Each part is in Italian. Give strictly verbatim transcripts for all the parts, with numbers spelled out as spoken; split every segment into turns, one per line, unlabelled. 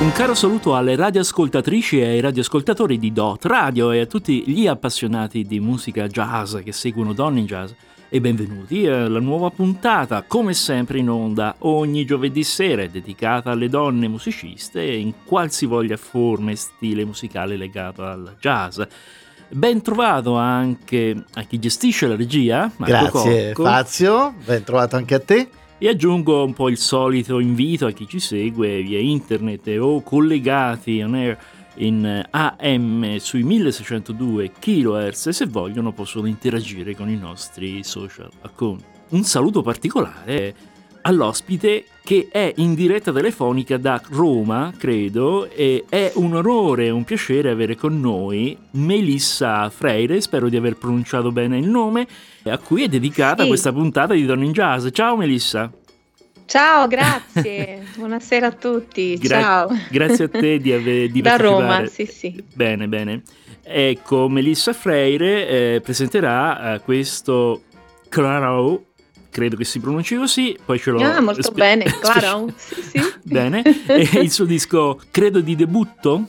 Un caro saluto alle radioascoltatrici e ai radioascoltatori di Dot Radio e a tutti gli appassionati di musica jazz che seguono Donne in Jazz, e benvenuti alla nuova puntata, come sempre in onda ogni giovedì sera, dedicata alle donne musiciste in qualsivoglia forma e stile musicale legato al jazz. Ben trovato anche a chi gestisce la regia, Marco
Grazie
Cocco.
Fazio, ben trovato anche a te.
E aggiungo un po' il solito invito a chi ci segue via internet o collegati on air in A M sui milleseicentodue chilohertz, e se vogliono possono interagire con i nostri social account. Un saluto particolare all'ospite che è in diretta telefonica da Roma, credo, e è un onore e un piacere avere con noi Melissa Freire, spero di aver pronunciato bene il nome, a cui è dedicata
Sì.
questa puntata di Donne in Jazz. Ciao Melissa.
Ciao, grazie. Buonasera a tutti.
Gra-
Ciao.
Grazie a te di aver di
Da
partecipare.
Roma, sì, sì.
Bene, bene. Ecco, Melissa Freire eh, presenterà eh, questo Claro, credo che si pronunci così, poi ce l'ho...
Ah, molto
spe-
bene,
spe-
Claro. Sì, sì.
Bene. E il suo disco, credo di debutto?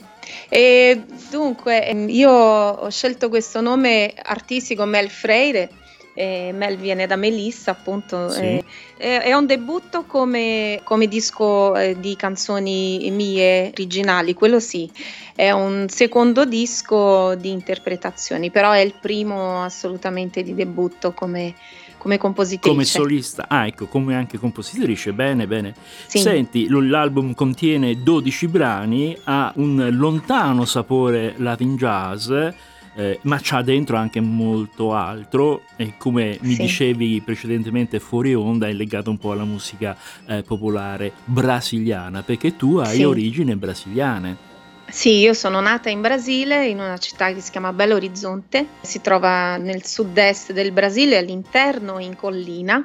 E dunque, ehm, io ho scelto questo nome artistico, Mel Freire. Eh, Mel viene da Melissa, appunto.
Sì.
eh, è, è un debutto come, come disco eh, di canzoni mie originali, quello sì. È un secondo disco di interpretazioni, però è il primo assolutamente di debutto come, come compositrice.
Come solista, ah ecco, come anche compositrice, bene bene.
Sì.
Senti, l- l'album contiene dodici brani, ha un lontano sapore Latin jazz, eh, ma c'ha dentro anche molto altro, e come mi
Sì.
dicevi precedentemente fuori onda è legato un po' alla musica eh, popolare brasiliana, perché tu hai
Sì.
origini brasiliane.
Sì, io sono nata in Brasile, in una città che si chiama Belo Horizonte, si trova nel sud-est del Brasile, all'interno, in collina.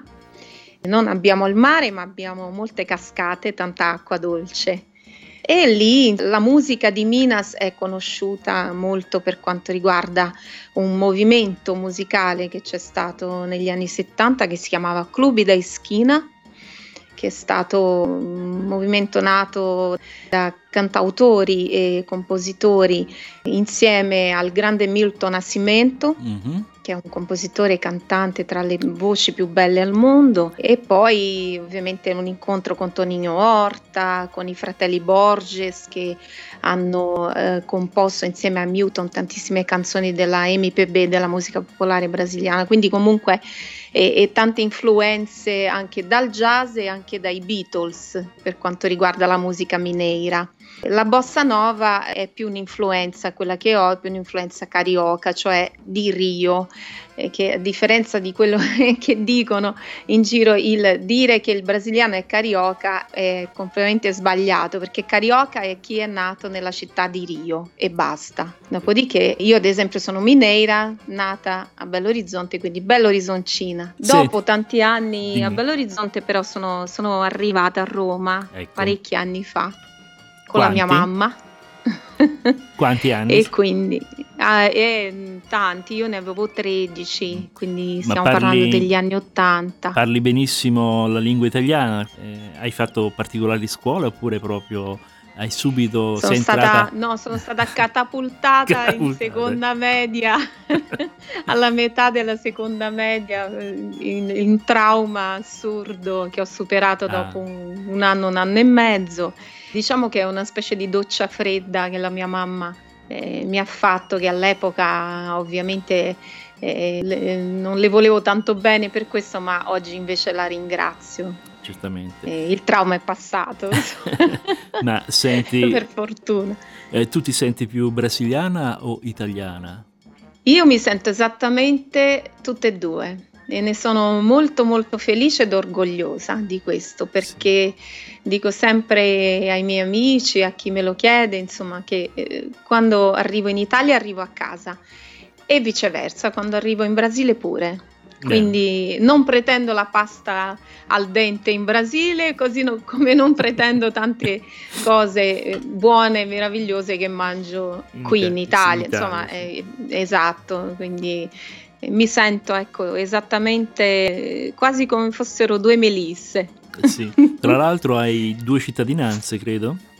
Non abbiamo il mare, ma abbiamo molte cascate, tanta acqua dolce. E lì la musica di Minas è conosciuta molto per quanto riguarda un movimento musicale che c'è stato negli anni settanta che si chiamava Clube da Esquina, che è stato un movimento nato da cantautori e compositori insieme al grande Milton Nascimento,
Mhm.
che è un compositore e cantante tra le voci più belle al mondo, e poi ovviamente un incontro con Toninho Horta, con i fratelli Borges, che hanno eh, composto insieme a Milton tantissime canzoni della M P B, della musica popolare brasiliana, quindi comunque e, e tante influenze anche dal jazz e anche dai Beatles per quanto riguarda la musica mineira. La bossa nova è più un'influenza, quella che ho è più un'influenza carioca, cioè di Rio, eh, che a differenza di quello che dicono in giro, il dire che il brasiliano è carioca è completamente sbagliato, perché carioca è chi è nato nella città di Rio e basta. Dopodiché io ad esempio sono mineira, nata a Belo Horizonte, quindi Belo Horizoncina. Dopo
Sì.
tanti anni
Dimmi.
a Belo Horizonte però sono, sono arrivata a Roma
Ecco.
parecchi anni fa con
Quanti?
la mia mamma.
Quanti anni?
E quindi ah, eh, tanti, io ne avevo tredici, quindi
Ma
stiamo
parli-
parlando degli anni ottanta.
Parli benissimo la lingua italiana? Eh, hai fatto particolari scuole oppure proprio hai subito
Sono
sei
stata,
entrata?
no, sono stata catapultata in
Catapultata.
seconda media, alla metà della seconda media, in, in trauma assurdo che ho superato
Ah.
dopo un, un anno, un anno e mezzo. Diciamo che è una specie di doccia fredda che la mia mamma eh, mi ha fatto, che all'epoca ovviamente eh, le- non le volevo tanto bene per questo, ma oggi invece la ringrazio.
Certamente.
Eh, il trauma è passato,
Ma senti,
per fortuna.
eh, tu ti senti più brasiliana o italiana?
Io mi sento esattamente tutte e due e ne sono molto molto felice ed orgogliosa di questo, perché dico sempre ai miei amici, a chi me lo chiede, insomma, che eh, quando arrivo in Italia arrivo a casa e viceversa, quando arrivo in Brasile pure. Quindi non pretendo la pasta al dente in Brasile, così no- come non pretendo tante cose eh, buone e meravigliose che mangio
In
qui
Ita-
in Italia,
in Italia,
insomma,
sì.
eh, esatto, quindi eh, mi sento ecco esattamente eh, quasi come fossero due melisse.
Eh sì. Tra l'altro hai due cittadinanze, credo?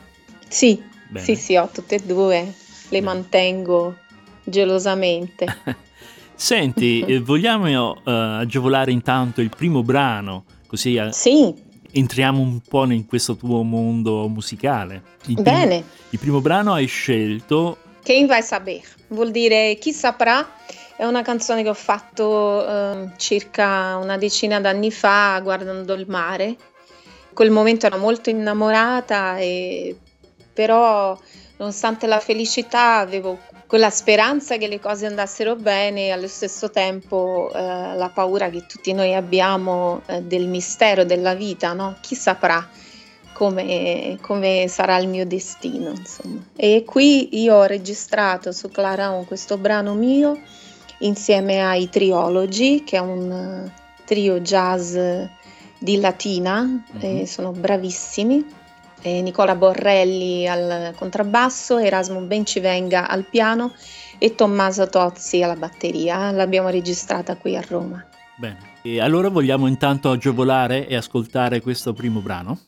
Sì,
Bene.
sì, sì, ho tutte e due, le
Bene.
mantengo gelosamente.
Senti, eh, vogliamo eh, agevolare intanto il primo brano, così eh,
Sì,
entriamo un po' in questo tuo mondo musicale. Il primo,
bene.
il primo brano hai scelto.
Quem vai saber? Vuol dire chi saprà. È una canzone che ho fatto eh, circa una decina d'anni fa guardando il mare. In quel momento ero molto innamorata, e però nonostante la felicità avevo quella speranza che le cose andassero bene e allo stesso tempo eh, la paura che tutti noi abbiamo eh, del mistero della vita, no? Chi saprà come, come sarà il mio destino, insomma. E qui io ho registrato su Claraon questo brano mio insieme ai Triologi, che è un uh, trio jazz di Latina,
Mm-hmm.
e sono bravissimi. E Nicola Borrelli al contrabbasso, Erasmo Bencivenga al piano e Tommaso Tozzi alla batteria. L'abbiamo registrata qui a Roma.
Bene, e allora vogliamo intanto agevolare e ascoltare questo primo brano?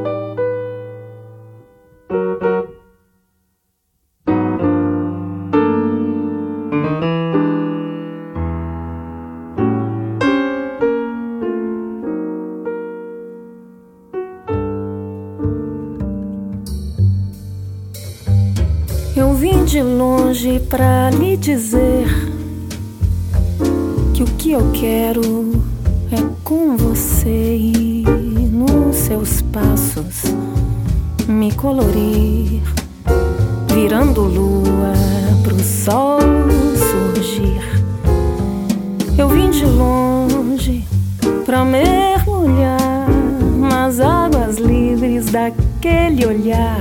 Eu vim de longe pra lhe dizer que o que eu quero é com você e nos seus passos me colorir, virando lua pro sol surgir. Eu vim de longe pra mergulhar nas águas livres daquele olhar,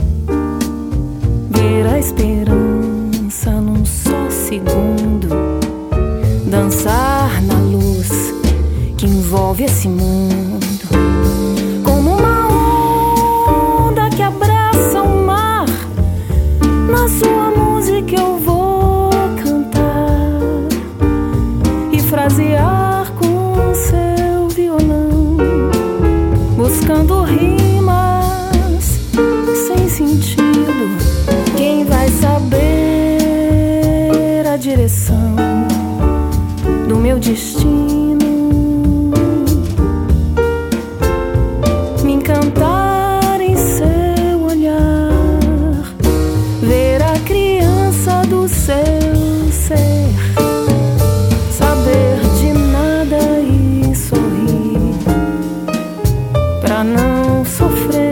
ver a esperança num só segundo, dançar na luz que envolve esse mundo, como uma onda que abraça o mar. Na sua música eu vou cantar e frasear com seu violão, buscando rimas sem sentido. Quem vai saber a direção do meu destino? Me encantar em seu olhar, ver a criança do seu ser, saber de nada e sorrir pra não sofrer.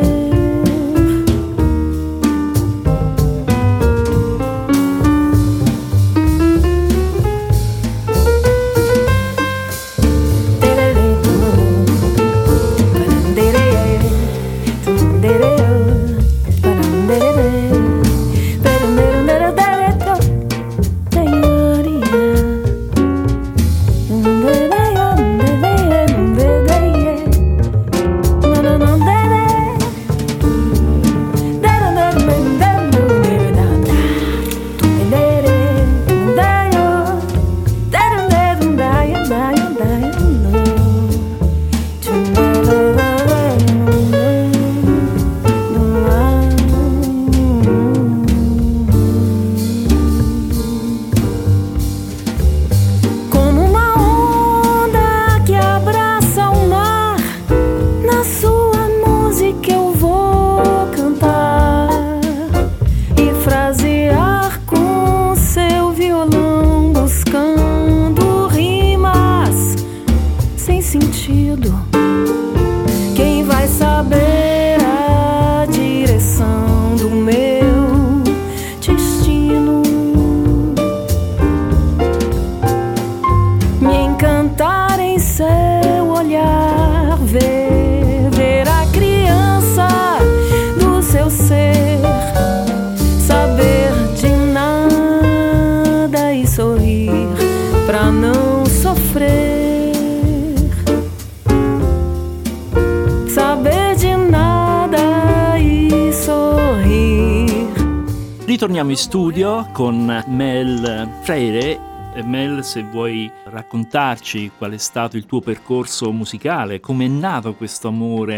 Ritorniamo in studio con Mel Freire. Mel, se vuoi raccontarci qual è stato il tuo percorso musicale, come è nato questo amore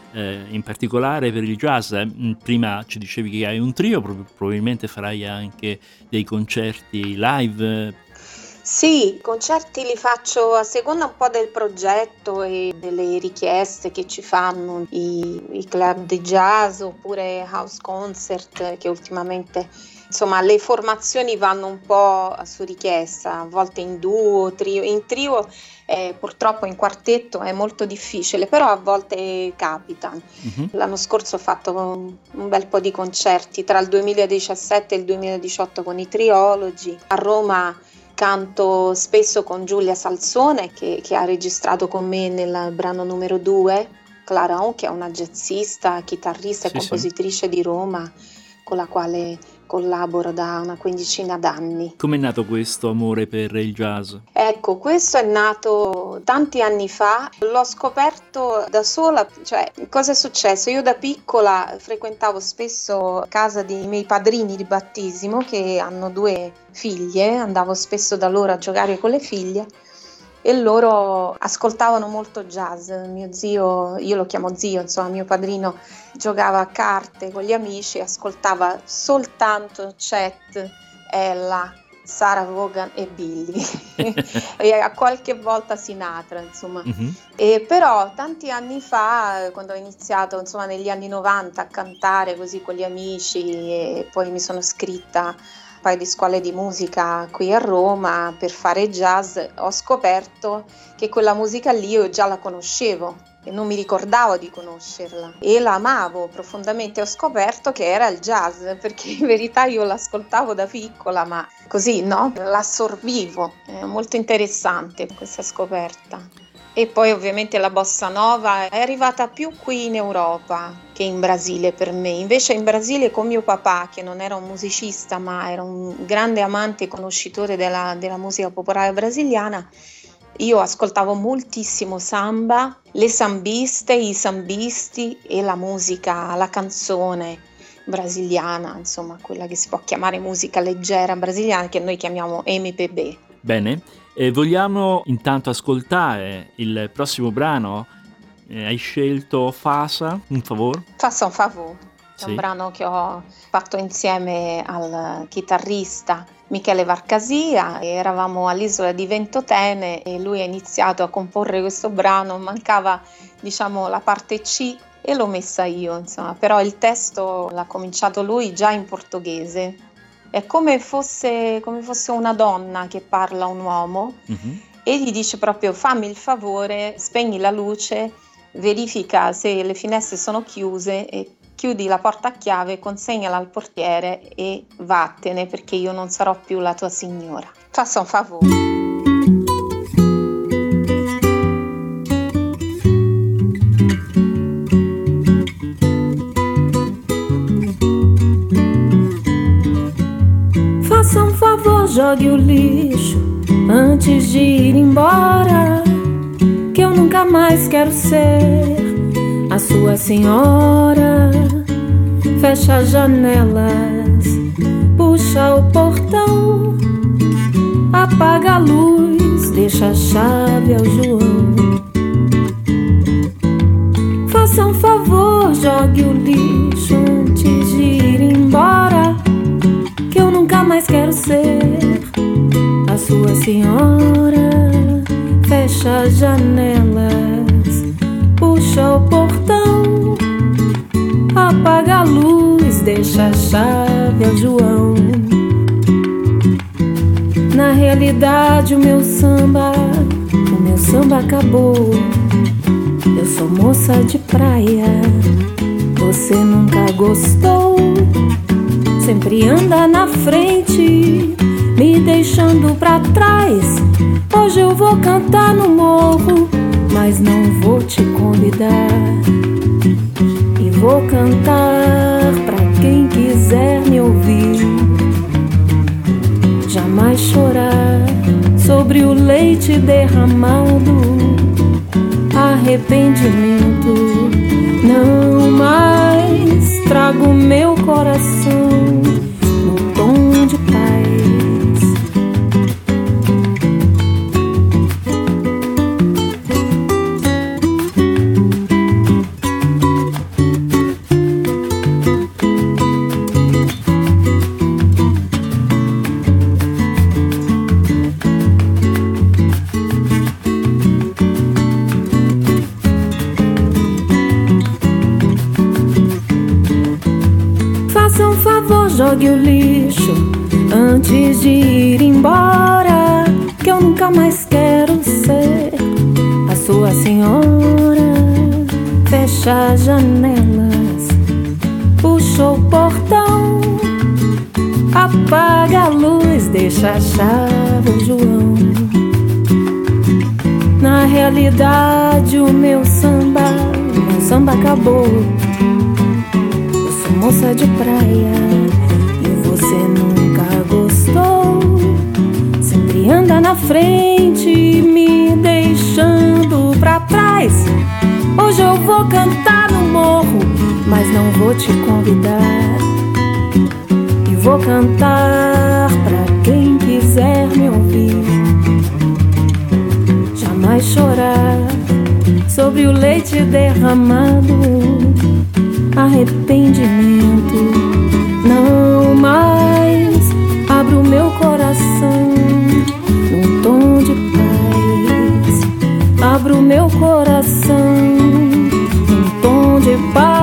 eh, in particolare per il jazz. Eh, prima ci dicevi che hai un trio, prob- probabilmente farai anche dei concerti live.
Sì, i concerti li faccio a seconda un po' del progetto e delle richieste che ci fanno i, i club di jazz oppure house concert, che ultimamente, insomma, le formazioni vanno un po' su richiesta, a volte in duo, trio. In trio eh, purtroppo in quartetto è molto difficile, però a volte capita. Uh-huh. L'anno scorso ho fatto un, un bel po' di concerti tra il duemiladiciassette e il duemiladiciotto con i Triologi. A Roma canto spesso con Giulia Salsone, che, che ha registrato con me nel brano numero due, Clara On, che è una jazzista, chitarrista e sì, compositrice sì. di Roma, con la quale collaboro da una quindicina d'anni.
Com'è nato questo amore per il jazz?
Ecco, questo è nato tanti anni fa, l'ho scoperto da sola. Cioè, cosa è successo? Io da piccola frequentavo spesso casa dei miei padrini di battesimo, che hanno due figlie, andavo spesso da loro a giocare con le figlie, e loro ascoltavano molto jazz. Mio zio, io lo chiamo zio, insomma, mio padrino giocava a carte con gli amici, ascoltava soltanto Chet, Ella, Sarah Vaughan e Billy e a qualche volta Sinatra, insomma. Uh-huh. E però tanti anni fa, quando ho iniziato, insomma, negli anni novanta a cantare così con gli amici, e poi mi sono iscritta un paio di scuole di musica qui a Roma per fare jazz, ho scoperto che quella musica lì io già la conoscevo e non mi ricordavo di conoscerla e la amavo profondamente. Ho scoperto che era il jazz, perché in verità io l'ascoltavo da piccola, ma così, no? L'assorbivo. È molto interessante questa scoperta. E poi ovviamente la bossa nova è arrivata più qui in Europa che in Brasile per me. Invece in Brasile con mio papà, che non era un musicista ma era un grande amante e conoscitore della, della musica popolare brasiliana, io ascoltavo moltissimo samba, le sambiste, i sambisti e la musica, la canzone brasiliana, insomma quella che si può chiamare musica leggera brasiliana, che noi chiamiamo M P B.
Bene, eh, vogliamo intanto ascoltare il prossimo brano. Eh, hai scelto Faça un favor?
Faça un favor, è
sì.
un brano che ho fatto insieme al chitarrista Michele Varcasia, e eravamo all'isola di Ventotene e lui ha iniziato a comporre questo brano, mancava, diciamo, la parte C e l'ho messa io, insomma, però il testo l'ha cominciato lui già in portoghese. È come fosse, come fosse una donna che parla a un uomo, uh-huh. e gli dice proprio: fammi il favore, spegni la luce, verifica se le finestre sono chiuse e chiudi la porta a chiave, consegnala al portiere e vattene, perché io non sarò più la tua signora. Faccia un favore.
Faça um favor, jogue o lixo antes de ir embora, que eu nunca mais quero ser a sua senhora. Fecha as janelas, puxa o portão, apaga a luz, deixa a chave ao João. Faça um favor, jogue o lixo antes de ir embora, que eu nunca mais quero ser a sua senhora. Fecha as janelas, puxa o portão, apaga a luz, deixa a chave ao João. Na realidade o meu samba, o meu samba acabou. Eu sou moça de praia, você nunca gostou. Sempre anda na frente, me deixando pra trás. Hoje eu vou cantar no morro, mas não vou te convidar. E vou cantar pra quem quiser me ouvir. Jamais chorar sobre o leite derramado. Arrependimento não mais. Trago meu coração no tom de paz. jogue o lixo antes de ir embora, que eu nunca mais quero ser a sua senhora. Fecha as janelas, puxa o portão, apaga a luz, deixa a chave, João. Na realidade o meu samba, o meu samba acabou. Eu sou moça de praia e você nunca gostou. Sempre anda na frente, me deixando pra trás. Hoje eu vou cantar no morro, mas não vou te convidar. E vou cantar pra quem quiser me ouvir. Jamais chorar sobre o leite derramado. Arrependimento não mais. Abro o meu coração num tom de paz. Abro o meu coração num tom de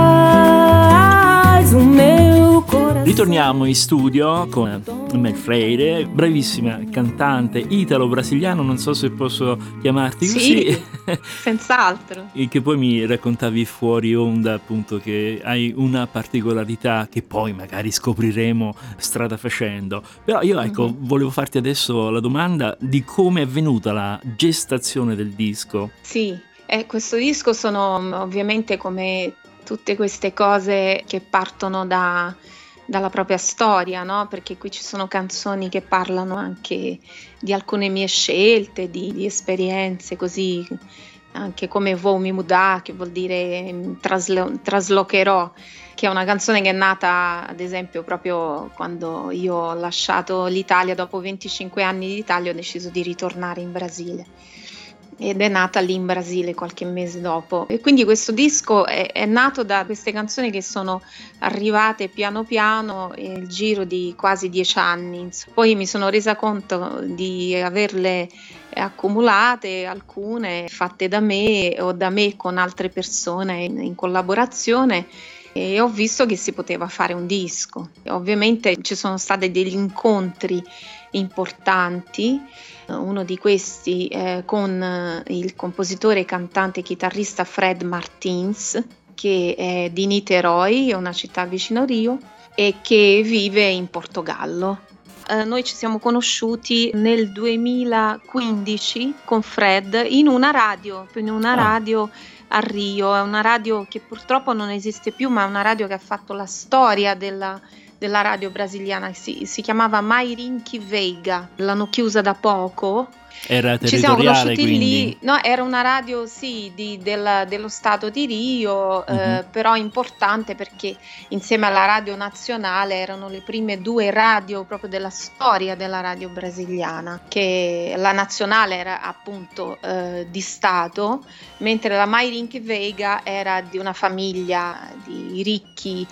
paz. O meu coração.
Ritorniamo in studio con Mel Freire, bravissima cantante italo-brasiliano, non so se posso chiamarti così.
Sì, senz'altro.
E che poi mi raccontavi fuori onda appunto che hai una particolarità che poi magari scopriremo strada facendo. Però io ecco, mm-hmm. volevo farti adesso la domanda di come è avvenuta la gestazione del disco.
Sì, eh, questo disco sono ovviamente come tutte queste cose che partono da... dalla propria storia, no? Perché qui ci sono canzoni che parlano anche di alcune mie scelte, di, di esperienze, così anche come Vou mi mudar, che vuol dire traslo- traslocherò, che è una canzone che è nata ad esempio proprio quando io ho lasciato l'Italia, dopo venticinque anni di Italia ho deciso di ritornare in Brasile. Ed è nata lì in Brasile qualche mese dopo, e quindi questo disco è, è nato da queste canzoni che sono arrivate piano piano nel giro di quasi dieci anni. Poi mi sono resa conto di averle accumulate, alcune fatte da me o da me con altre persone in, in collaborazione, e ho visto che si poteva fare un disco. Ovviamente ci sono stati degli incontri importanti, uno di questi eh, con il compositore e cantante e chitarrista Fred Martins, che è di Niterói, una città vicino Rio, e che vive in Portogallo. Eh, noi ci siamo conosciuti nel duemilaquindici con Fred in una radio, in una radio a Rio. È una radio che purtroppo non esiste più, ma è una radio che ha fatto la storia della della radio brasiliana, si, si chiamava Mairinque Veiga, l'hanno chiusa da poco.
Era territoriale,
ci siamo conosciuti
quindi.
Lì, no, era una radio sì di, del, dello stato di Rio, uh-huh. eh, però importante perché insieme alla radio nazionale erano le prime due radio proprio della storia della radio brasiliana, che la nazionale era appunto eh, di Stato, mentre la Mairinque Veiga era di una famiglia di ricchi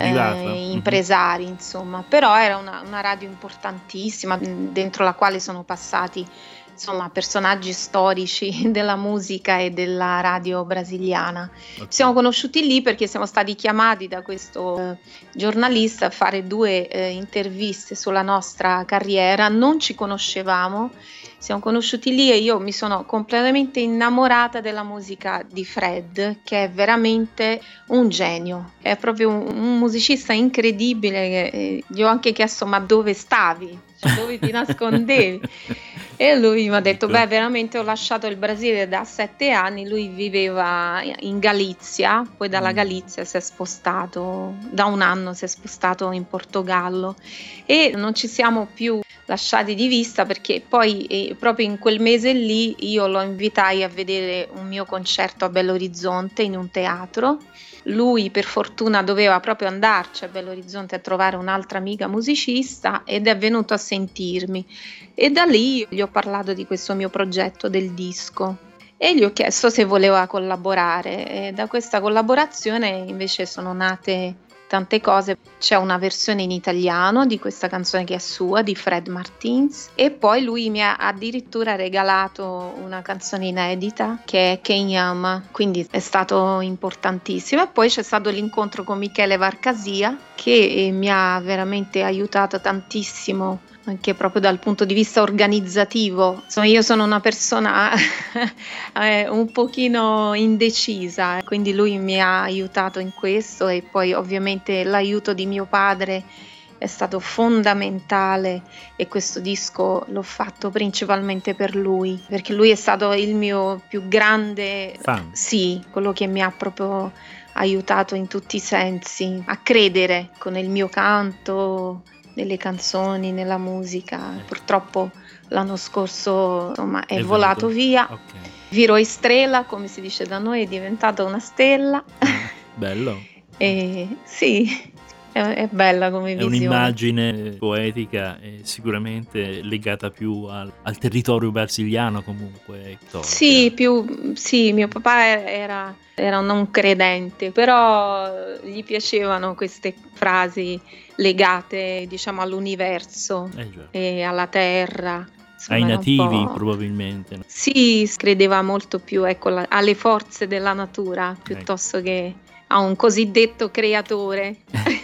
eh, impresari, uh-huh. insomma, però era una, una radio importantissima dentro la quale sono passati insomma personaggi storici della musica e della radio brasiliana. Okay. Ci siamo conosciuti lì perché siamo stati chiamati da questo eh, giornalista a fare due eh, interviste sulla nostra carriera. Non ci conoscevamo, siamo conosciuti lì e io mi sono completamente innamorata della musica di Fred, che è veramente un genio, è proprio un, un musicista incredibile. Eh, gli ho anche chiesto ma dove stavi? Cioè, dove ti nascondevi? E lui mi ha detto, beh, veramente ho lasciato il Brasile da sette anni, lui viveva in Galizia, poi dalla Galizia si è spostato, da un anno si è spostato in Portogallo e non ci siamo più lasciati di vista perché poi eh, proprio in quel mese lì io lo invitai a vedere un mio concerto a Belo Horizonte in un teatro. Lui per fortuna doveva proprio andarci a Belo Horizonte a trovare un'altra amica musicista ed è venuto a sentirmi e da lì gli ho parlato di questo mio progetto del disco e gli ho chiesto se voleva collaborare e da questa collaborazione invece sono nate tante cose. C'è una versione in italiano di questa canzone che è sua, di Fred Martins, e poi lui mi ha addirittura regalato una canzone inedita che è Quem Ama, quindi è stato importantissimo. E poi c'è stato l'incontro con Michele Varcasia che mi ha veramente aiutato tantissimo, anche proprio dal punto di vista organizzativo. Insomma, io sono una persona eh, un pochino indecisa, quindi lui mi ha aiutato in questo, e poi ovviamente l'aiuto di mio padre è stato fondamentale, e questo disco l'ho fatto principalmente per lui, perché lui è stato il mio più grande
fan.
Sì, quello che mi ha proprio aiutato in tutti i sensi a credere con il mio canto, nelle canzoni, nella musica. Purtroppo l'anno scorso, insomma, è,
È
volato
venuto.
via.
Ok.
Viro e strela, come si dice da noi, è diventata una stella.
Bello.
E sì, è, è bella come
È
visione.
un'immagine poetica e sicuramente legata più al, al territorio brasiliano, comunque. Vittoria.
Sì, più, sì, mio papà era, era un non credente, però gli piacevano queste frasi legate, diciamo, all'universo
Eh, già.
e alla terra. Insomma,
Ai
era un
nativi
po'-
probabilmente. no?
Sì, credeva molto più, ecco, la- alle forze della natura piuttosto che a un cosiddetto creatore.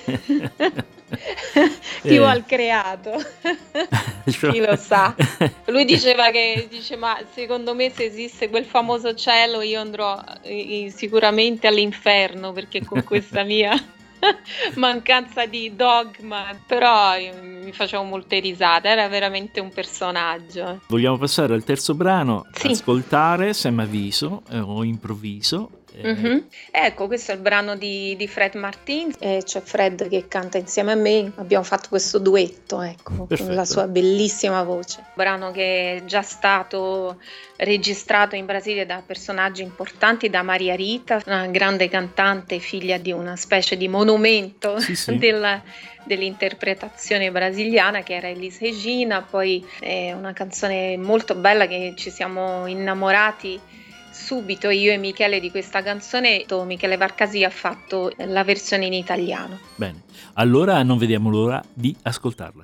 Più
Eh.
al creato. Chi lo sa. Lui diceva che dice ma secondo me se esiste quel famoso cielo io andrò eh, sicuramente all'inferno, perché con questa mia mancanza di dogma, però io mi facevo molte risate, era veramente un personaggio.
Vogliamo passare al terzo brano,
Sì.
ascoltare Semavviso eh, o Improvviso. eh,
Mhm. Ecco, questo è il brano di, di Fred Martin, e c'è Fred che canta insieme a me, abbiamo fatto questo duetto, ecco,
Perfetto.
con la sua bellissima voce. Un brano che è già stato registrato in Brasile da personaggi importanti, da Maria Rita, una grande cantante, figlia di una specie di monumento
Sì, sì.
della- dell'interpretazione brasiliana, che era Elis Regina. Poi è una canzone molto bella che ci siamo innamorati subito io e Michele di questa canzone. Michele Varcasi ha fatto la versione in italiano.
Bene, allora non vediamo l'ora di ascoltarla.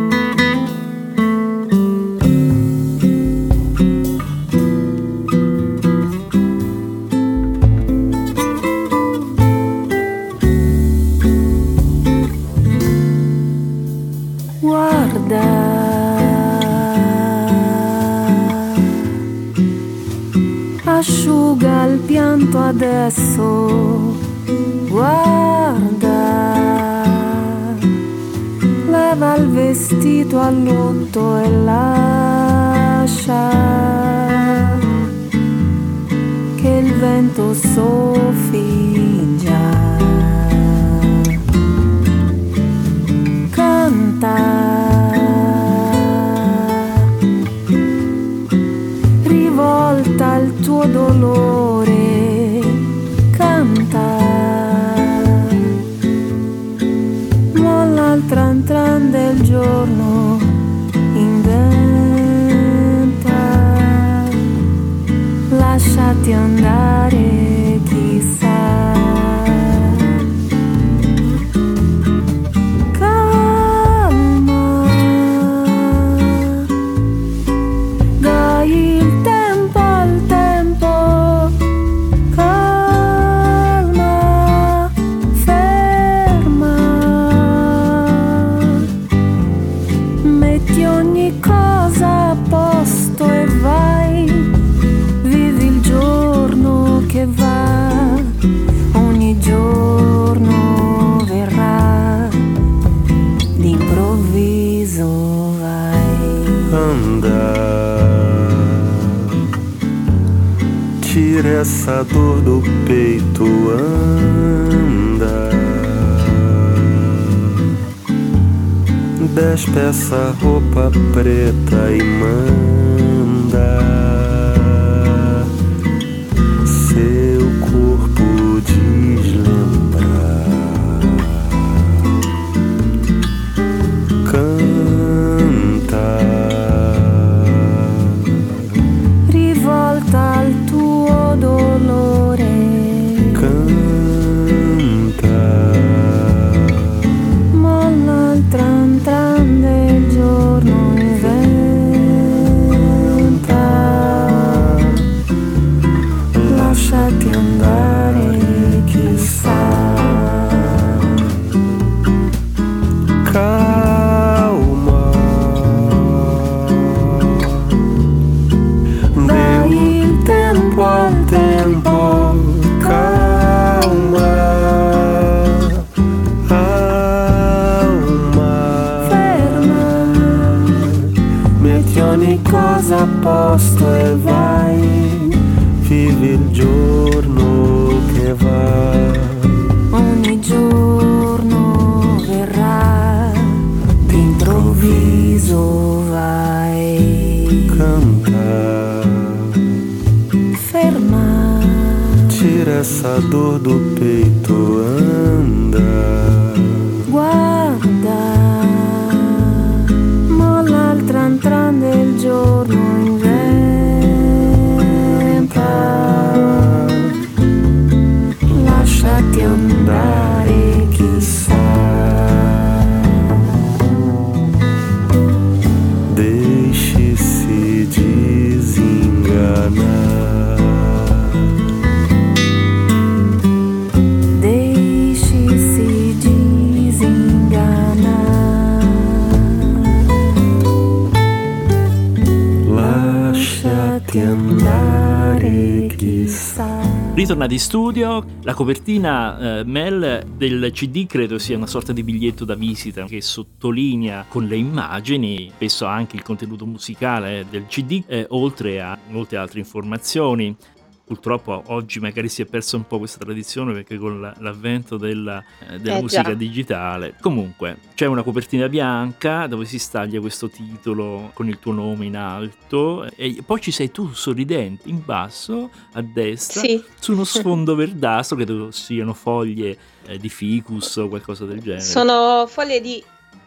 Asciuga il pianto adesso, guarda, leva il vestito a lutto e lascia che il vento soffi già. Canta, rivolta il tuo dolore, canta, molla il tran tran del giorno, inventa, lasciati andare, chissà. Calma, dai il tempo al tempo, calma, ferma, metti ogni cosa a posto e vai, vivi il giorno che va, ogni giorno verrà, d'improvviso vai.
Andar, tira essa dor do peito, anda, despeça a roupa preta e manda seu corpo deslembrar. Canta,
Rivolta al tuo dolore,
canta,
molla il tran tran del giorno, inventa,
posto e vai, vivi il giorno che va.
Ogni giorno verrà, d'improvviso vai.
Canta,
ferma,
tira essa dor do peito, anda.
Guarda, molla il tran tran del giorno, inventa, lasciati andare, chissà.
Deixe-se desenganar.
Deixe-se desenganar.
Lasciati andare, chissà.
Ritornati in studio, la copertina eh, Mel del C D credo sia una sorta di biglietto da visita che sottolinea con le immagini, spesso anche il contenuto musicale del C D, eh, oltre a molte altre informazioni. Purtroppo oggi magari si è persa un po' questa tradizione perché con la, l'avvento della, eh, della
Eh,
musica
già.
digitale. Comunque c'è una copertina bianca dove si staglia questo titolo con il tuo nome in alto e poi ci sei tu sorridente in basso a destra
Sì.
su uno sfondo verdastro, credo siano foglie eh, di ficus o qualcosa del genere.
Sono foglie di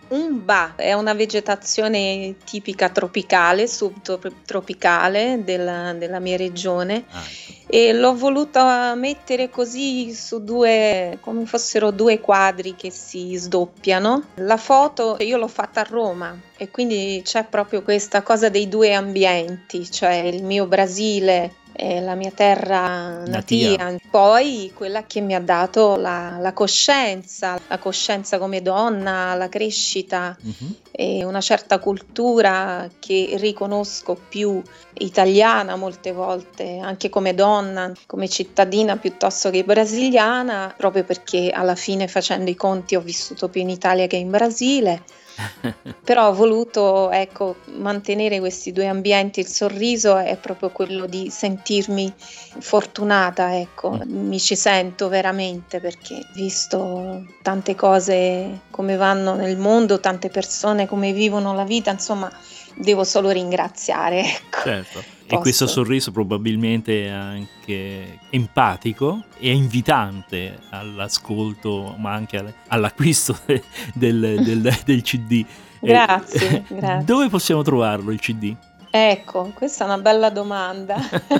umba, è una vegetazione tipica tropicale, subtropicale della, della mia regione.
Ah, ecco.
E l'ho voluta mettere così su due, come fossero due quadri che si sdoppiano. La foto io l'ho fatta a Roma e quindi c'è proprio questa cosa dei due ambienti, cioè il mio Brasile e la mia terra
Natia.
natia, poi quella che mi ha dato la, la coscienza, la coscienza come donna, la crescita
Mhm.
e una certa cultura che riconosco più italiana molte volte, anche come donna, come cittadina piuttosto che brasiliana, proprio perché alla fine facendo i conti ho vissuto più in Italia che in Brasile. Però ho voluto, ecco, mantenere questi due ambienti. Il sorriso è proprio quello di sentirmi fortunata, ecco, mi ci sento veramente perché visto tante cose come vanno nel mondo, tante persone come vivono la vita, insomma, devo solo ringraziare, ecco.
Certo. E
Posso?
questo sorriso probabilmente è anche empatico e invitante all'ascolto, ma anche all- all'acquisto de- del, del- del C D. Eh,
Grazie, grazie.
Dove possiamo trovarlo il C D?
Ecco, questa è una bella domanda.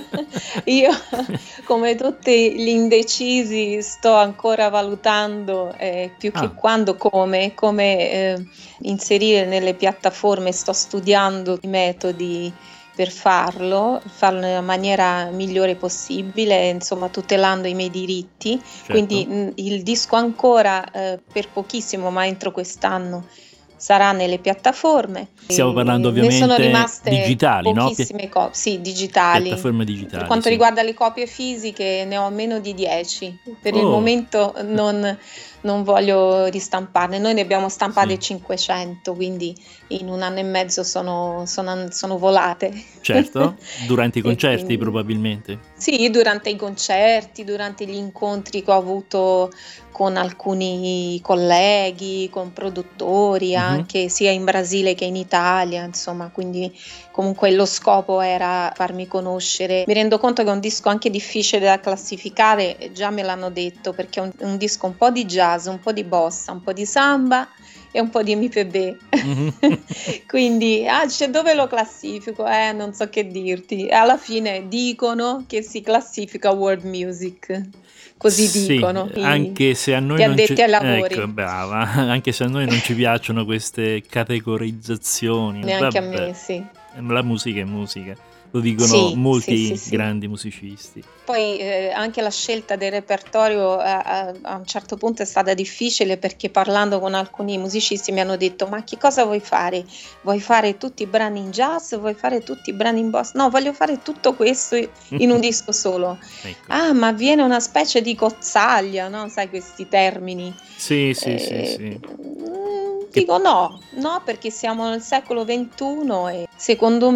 Io, come tutti gli indecisi, sto ancora valutando eh, più che
Ah.
quando, come, come eh, inserire nelle piattaforme. Sto studiando i metodi per farlo, farlo nella maniera migliore possibile, insomma, tutelando i miei diritti.
Certo.
Quindi mh, il disco ancora eh, per pochissimo, ma entro quest'anno sarà nelle piattaforme.
Stiamo
E
parlando
ne sono
ovviamente
rimaste
digitali, no?
pochissime copie, sì, digitali.
Piattaforme digitali.
Per quanto
sì.
riguarda le copie fisiche ne ho meno di dieci, per il
Oh.
momento non, non voglio ristamparne, noi ne abbiamo stampate
Sì.
cinquecento, quindi in un anno e mezzo sono, sono, sono volate.
Certo, durante i
E
concerti
quindi-
probabilmente.
Sì, durante i concerti, durante gli incontri che ho avuto con alcuni colleghi, con produttori,
Mhm.
anche sia in Brasile che in Italia, insomma, quindi comunque lo scopo era farmi conoscere. Mi rendo conto che è un disco anche difficile da classificare, e già me l'hanno detto, perché è un, un disco un po' di jazz, un po' di bossa, un po' di samba e un po' di M P B.
Mhm.
Quindi, ah, cioè, dove lo classifico? Eh, non so che dirti. Alla fine dicono che si classifica world music, così
Sì,
dicono. i-
anche se a noi
gli
non
addetti
ci...
ai lavori.
Ecco, brava, anche se a noi non ci piacciono queste categorizzazioni.
Neanche
vabbè,
a me, sì.
La musica è musica, lo dicono
Sì,
molti
sì, sì, sì.
grandi musicisti.
Poi eh, anche la scelta del repertorio eh, a, a un certo punto è stata difficile, perché parlando con alcuni musicisti mi hanno detto: ma che cosa vuoi fare? Vuoi fare tutti i brani in jazz? Vuoi fare tutti i brani in bossa? No, voglio fare tutto questo in un disco solo.
Ecco.
Ah, ma viene una specie di cozzaglia, no? Sai questi termini.
Sì, sì,
Eh,
sì, sì.
mm, Dico no, no, perché siamo nel secolo ventuno e secondo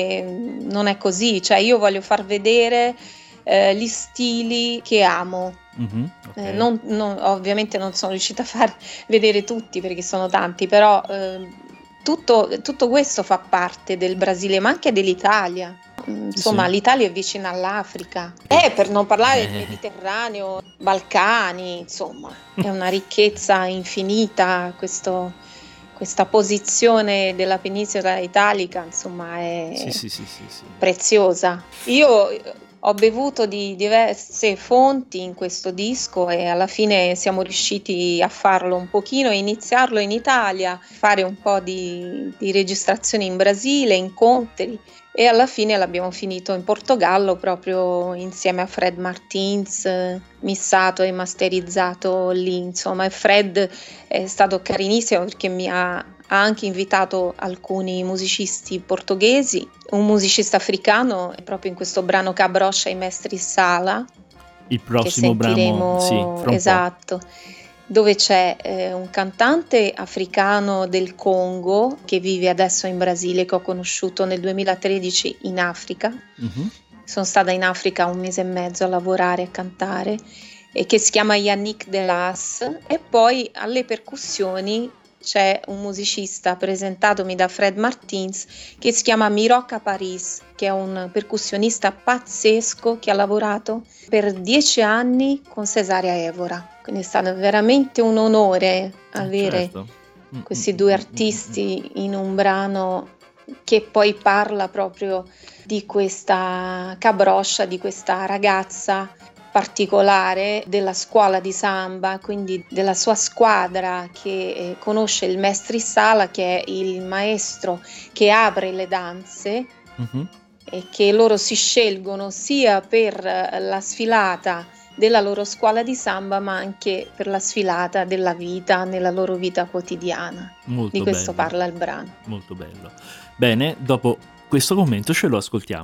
me non è così, cioè io voglio far vedere eh, gli stili che amo.
Mm-hmm, okay.
eh, non, non, ovviamente non sono riuscita a far vedere tutti perché sono tanti, però eh, tutto, tutto questo fa parte del Brasile, ma anche dell'Italia. Insomma, sì. L'Italia è vicina all'Africa, eh, per non parlare del Mediterraneo, Balcani, insomma, è una ricchezza infinita questo, questa posizione della penisola italica, insomma, è
sì, sì, sì, sì, sì.
preziosa. Io ho bevuto di diverse fonti in questo disco e alla fine siamo riusciti a farlo un pochino, iniziarlo in Italia, fare un po' di, di registrazioni in Brasile, incontri, e alla fine l'abbiamo finito in Portogallo proprio insieme a Fred Martins, missato e masterizzato lì, insomma. E Fred è stato carinissimo perché mi ha, ha anche invitato alcuni musicisti portoghesi, un musicista africano proprio in questo brano Cabrocha e Mestri Sala,
il prossimo
che sentiremo,
brano, sì, fra un
esatto, po'. Dove c'è eh, un cantante africano del Congo che vive adesso in Brasile, che ho conosciuto nel duemilatredici in Africa. Mm-hmm. Sono stata in Africa un mese e mezzo a lavorare e cantare, e che si chiama Yannick Delas. E poi alle percussioni c'è un musicista presentatomi da Fred Martins che si chiama Miroca Paris, che è un percussionista pazzesco che ha lavorato per dieci anni con Cesaria Evora. Quindi è stato veramente un onore avere
certo.
questi due artisti in un brano che poi parla proprio di questa Cabrocha, di questa ragazza particolare della scuola di samba, quindi della sua squadra, che eh, conosce il Mestri Sala, che è il maestro che apre le danze, mm-hmm. e che loro si scelgono sia per la sfilata della loro scuola di samba, ma anche per la sfilata della vita nella loro vita quotidiana.
Molto
di questo
bello.
Parla il brano.
Molto bello. Bene, dopo questo commento ce lo ascoltiamo.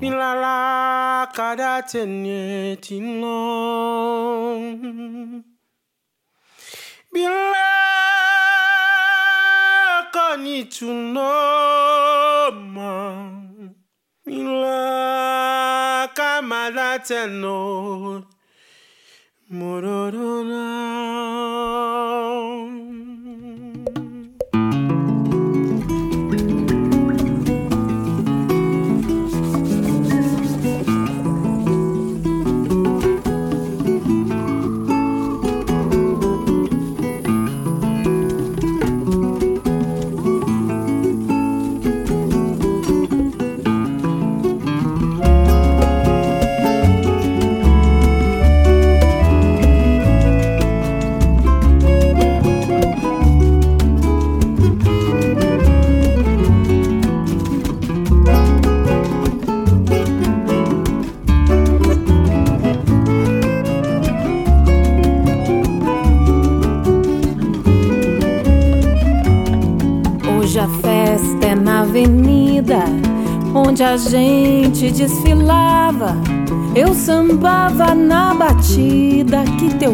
A festa é na avenida onde a gente desfilava. Eu sambava na batida que teu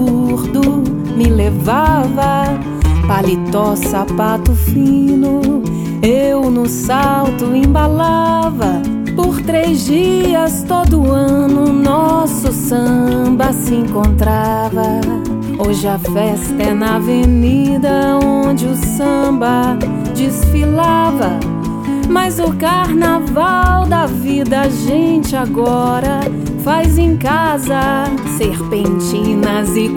surdo me levava. Paletó, sapato fino, eu no salto embalava. Por três dias todo ano nosso samba se encontrava. Hoje a festa é na avenida onde o samba desfilava. Mas o carnaval da vida a gente agora faz em casa. Serpentinas e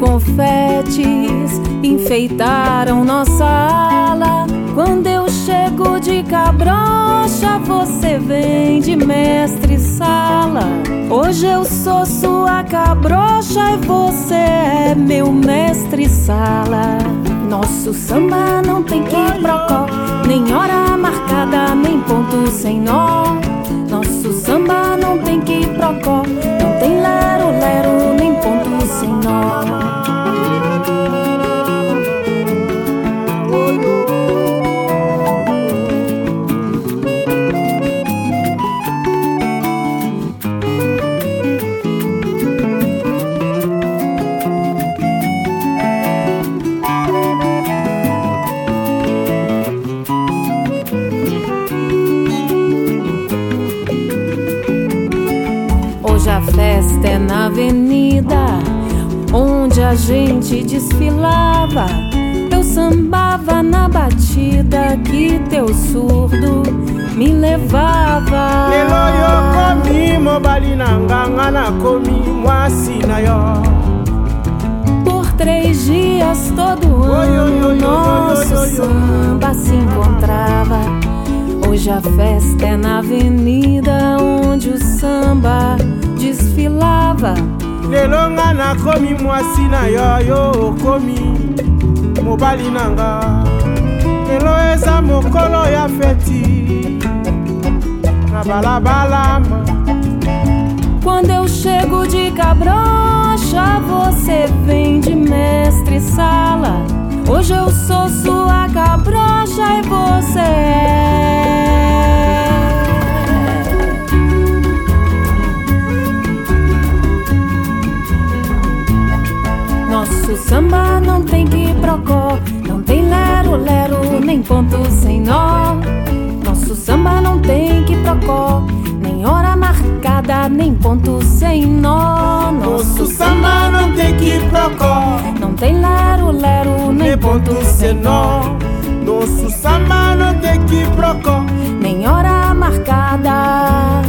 confetes enfeitaram nossa ala. Quando eu chego de Cabrocha, você vem de Mestre Sala. Hoje eu sou sua Cabrocha e você é meu Mestre Sala. Nosso samba não tem quiprocó, nem hora marcada, nem ponto sem nó. Nosso samba não tem quiprocó, não tem lero-lero, nem ponto sem nó. gente desfilava, eu sambava na batida que teu surdo me levava.
Lelo yo komi mobali na nganga na komi mwasi na yo.
Por três dias todo ano nosso samba se encontrava. Hoje a festa é na avenida onde o samba desfilava.
Lelo nga na komi mwasi na yo, yo komi mobali nanga. Lelo eza mokolo ya feti na balabalama.
Quando eu chego de cabrocha, você vem de mestre sala. Hoje eu sou sua cabrocha e você é. Nosso samba não tem quiprocó, não tem lero-lero, nem ponto sem nó. Nosso samba não tem quiprocó, nem hora marcada, nem ponto sem nó.
Nosso samba não tem quiprocó,
não tem lero-lero, nem ponto sem nó.
Nosso samba não tem quiprocó,
nem hora marcada.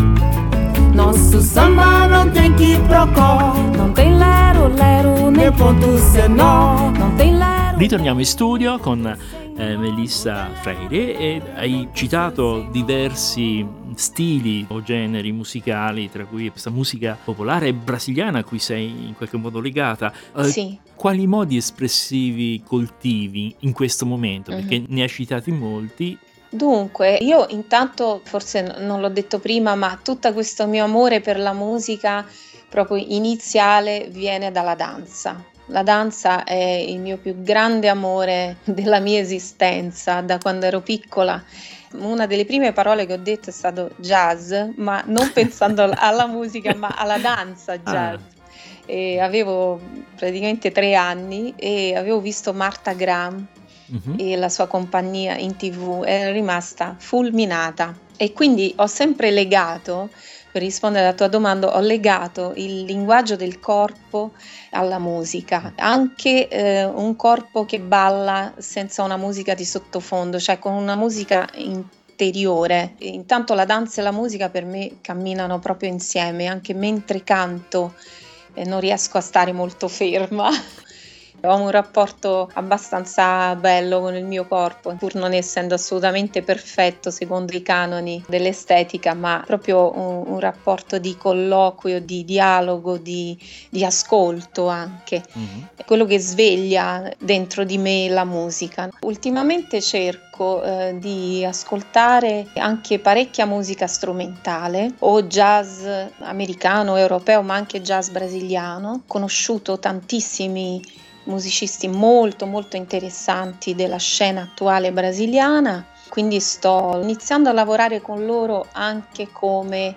Nosso
samba não tem quiprocó,
non tem lero-lero, né ponto se no, non tem lero.
Ritorniamo in studio con eh, Melissa Freire e hai citato diversi stili o generi musicali, tra cui questa musica popolare brasiliana a cui sei in qualche modo legata. Eh,
sì.
Quali modi espressivi coltivi in questo momento?
Mm-hmm.
Perché ne hai citati molti.
Dunque, io intanto, forse non l'ho detto prima, ma tutto questo mio amore per la musica proprio iniziale viene dalla danza. La danza è il mio più grande amore della mia esistenza, da quando ero piccola. Una delle prime parole che ho detto è stato jazz, ma non pensando alla musica, ma alla danza jazz. Ah. E avevo praticamente tre anni e avevo visto Martha Graham. Uh-huh. E la sua compagnia in tv, è rimasta fulminata e quindi ho sempre legato, per rispondere alla tua domanda, ho legato il linguaggio del corpo alla musica, anche eh, un corpo che balla senza una musica di sottofondo, cioè con una musica interiore. E intanto la danza e la musica per me camminano proprio insieme, anche mentre canto eh, non riesco a stare molto ferma. Ho un rapporto abbastanza bello con il mio corpo, pur non essendo assolutamente perfetto secondo i canoni dell'estetica, ma proprio un, un rapporto di colloquio, di dialogo, di, di ascolto anche. Mm-hmm. È quello che sveglia dentro di me la musica. Ultimamente cerco eh, di ascoltare anche parecchia musica strumentale, o jazz americano, europeo, ma anche jazz brasiliano. Ho conosciuto tantissimi musicisti molto molto interessanti della scena attuale brasiliana, quindi sto iniziando a lavorare con loro anche come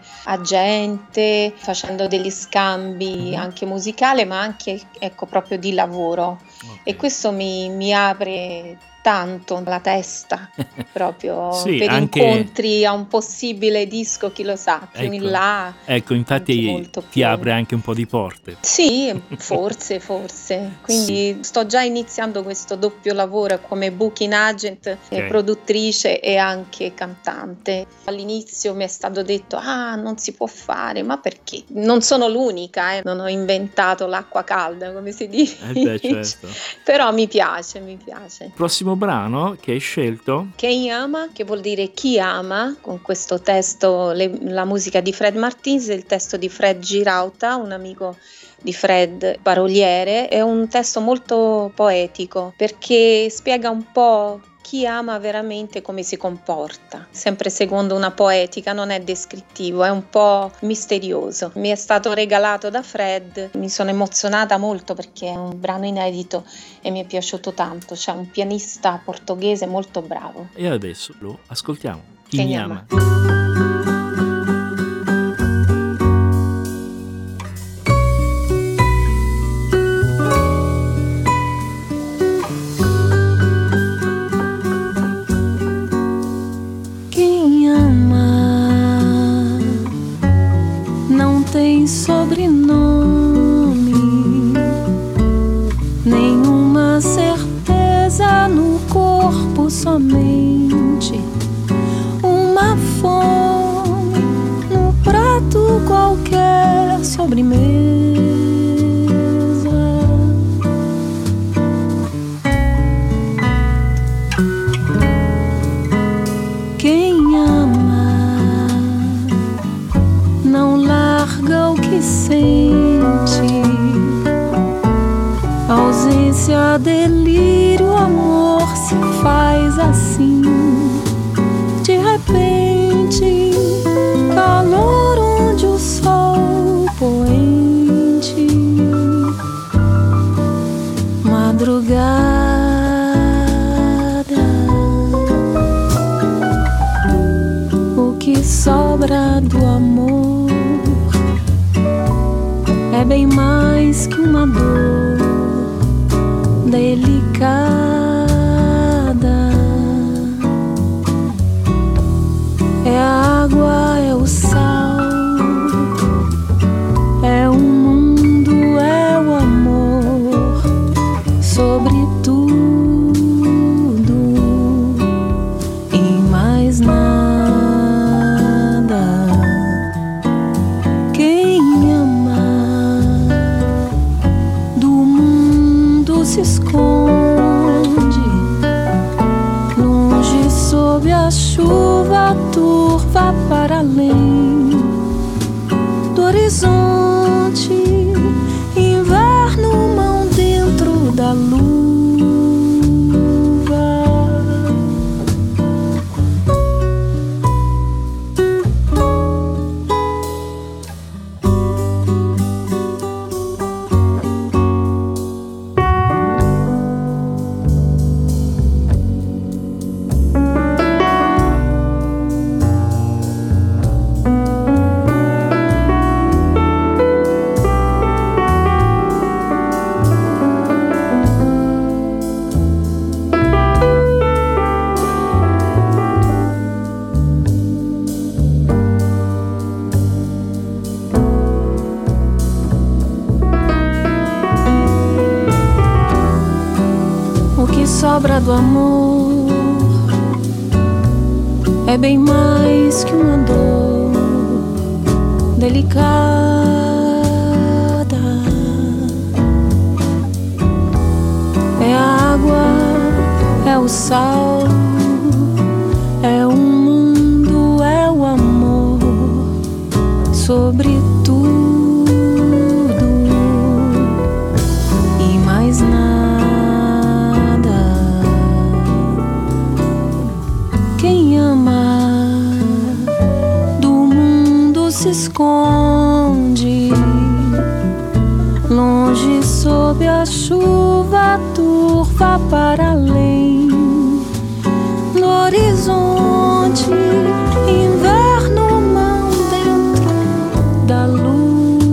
agente, facendo degli scambi anche musicali, ma anche ecco proprio di lavoro. Okay. E questo mi, mi apre tanto la testa proprio
sì,
per
anche...
incontri a un possibile disco, chi lo sa, più
ecco,
in là.
Ecco, infatti ti
più...
apre anche un po' di porte.
Sì, forse, forse. Quindi sì. Sto già iniziando questo doppio lavoro come booking agent, okay. Produttrice e anche cantante. All'inizio mi è stato detto, ah, non si può fare, ma perché? Non sono l'unica, eh. Non ho inventato l'acqua calda, come si dice.
Eh beh, certo.
Però mi piace, mi piace.
Prossimo brano che hai scelto?
Quem ama, che vuol dire chi ama, con questo testo, le, la musica di Fred Martins, il testo di Fred Girauta, un amico di Fred paroliere. È un testo molto poetico perché spiega un po' chi ama veramente come si comporta, sempre secondo una poetica, non è descrittivo, è un po' misterioso. Mi è stato regalato da Fred, mi sono emozionata molto perché è un brano inedito e mi è piaciuto tanto, c'è un pianista portoghese molto bravo.
E adesso lo ascoltiamo. Chi
che
mi
ama.
ama.
Sobrenome somente uma fome no prato qualquer sobremesa. Quem ama não larga o que sente. Ausência, delírio, amor se faz assim. De repente, calor onde o sol poente. Madrugada, o que sobra do amor é bem mais que uma dor delicada. É a água, é o sal, é o mundo, é o amor, sobre tudo e mais nada. Quem ama do mundo se esconde, longe sob a chuva turva para além do horizonte. Inverno, mão dentro da luva. Sobra do amor é bem mais que uma dor delicada. É a água, é o sal, é o mundo, é o amor, sobre tudo e mais nada. Quem ama do mundo se esconde, longe sob a chuva turva para além no horizonte. Inverno, mão dentro da luva.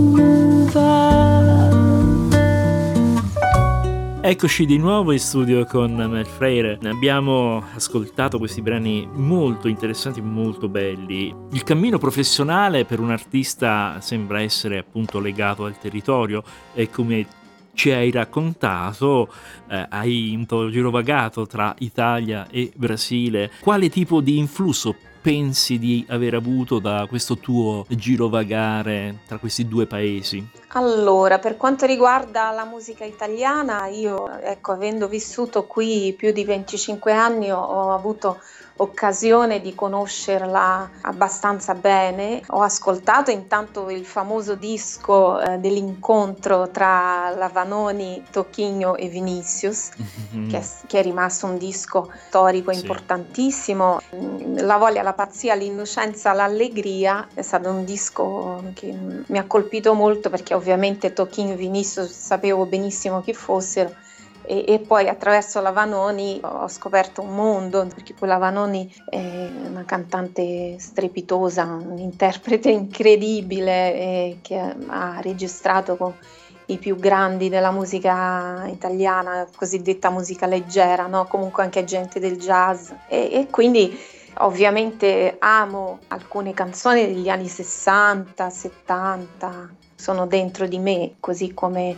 Eccoci di nuovo in studio con Mel Freire. Abbiamo ascoltato questi brani molto interessanti, molto belli. Il cammino professionale per un artista sembra essere appunto legato al territorio e, come ci hai raccontato, eh, hai un po' girovagato tra Italia e Brasile. Quale tipo di influsso pensi di aver avuto da questo tuo girovagare tra questi due paesi?
Allora, per quanto riguarda la musica italiana, io, ecco, avendo vissuto qui più di venticinque anni, ho, ho avuto occasione di conoscerla abbastanza bene. Ho ascoltato intanto il famoso disco eh, dell'incontro tra Lavanoni, Toquinho e Vinicius, mm-hmm. che, è, che è rimasto un disco storico sì. importantissimo. La voglia, la pazzia, l'innocenza, l'allegria è stato un disco che mi ha colpito molto, perché ovviamente Toquinho e Vinicius sapevo benissimo chi fossero. E, e poi attraverso Lavanoni ho scoperto un mondo, perché poi Lavanoni è una cantante strepitosa, un interprete incredibile eh, che ha registrato con i più grandi della musica italiana, cosiddetta musica leggera, no? Comunque anche gente del jazz, e, e quindi ovviamente amo alcune canzoni degli anni sessanta, settanta, sono dentro di me, così come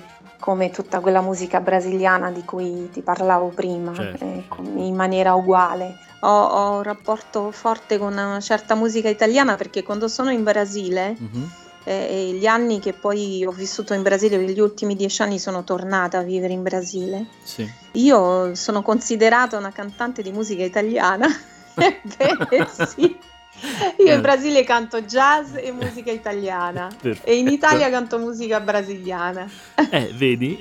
come tutta quella musica brasiliana di cui ti parlavo prima,
Certo,
eh,
certo.
in maniera uguale. Ho, ho un rapporto forte con una certa musica italiana perché quando sono in Brasile,
Mhm.
eh, e gli anni che poi ho vissuto in Brasile, per gli ultimi dieci anni sono tornata a vivere in Brasile,
Sì.
io sono considerata una cantante di musica italiana. Ebbene sì, io
Eh.
in Brasile canto jazz e musica italiana e in
Perfetto.
Italia canto musica brasiliana.
Eh, vedi?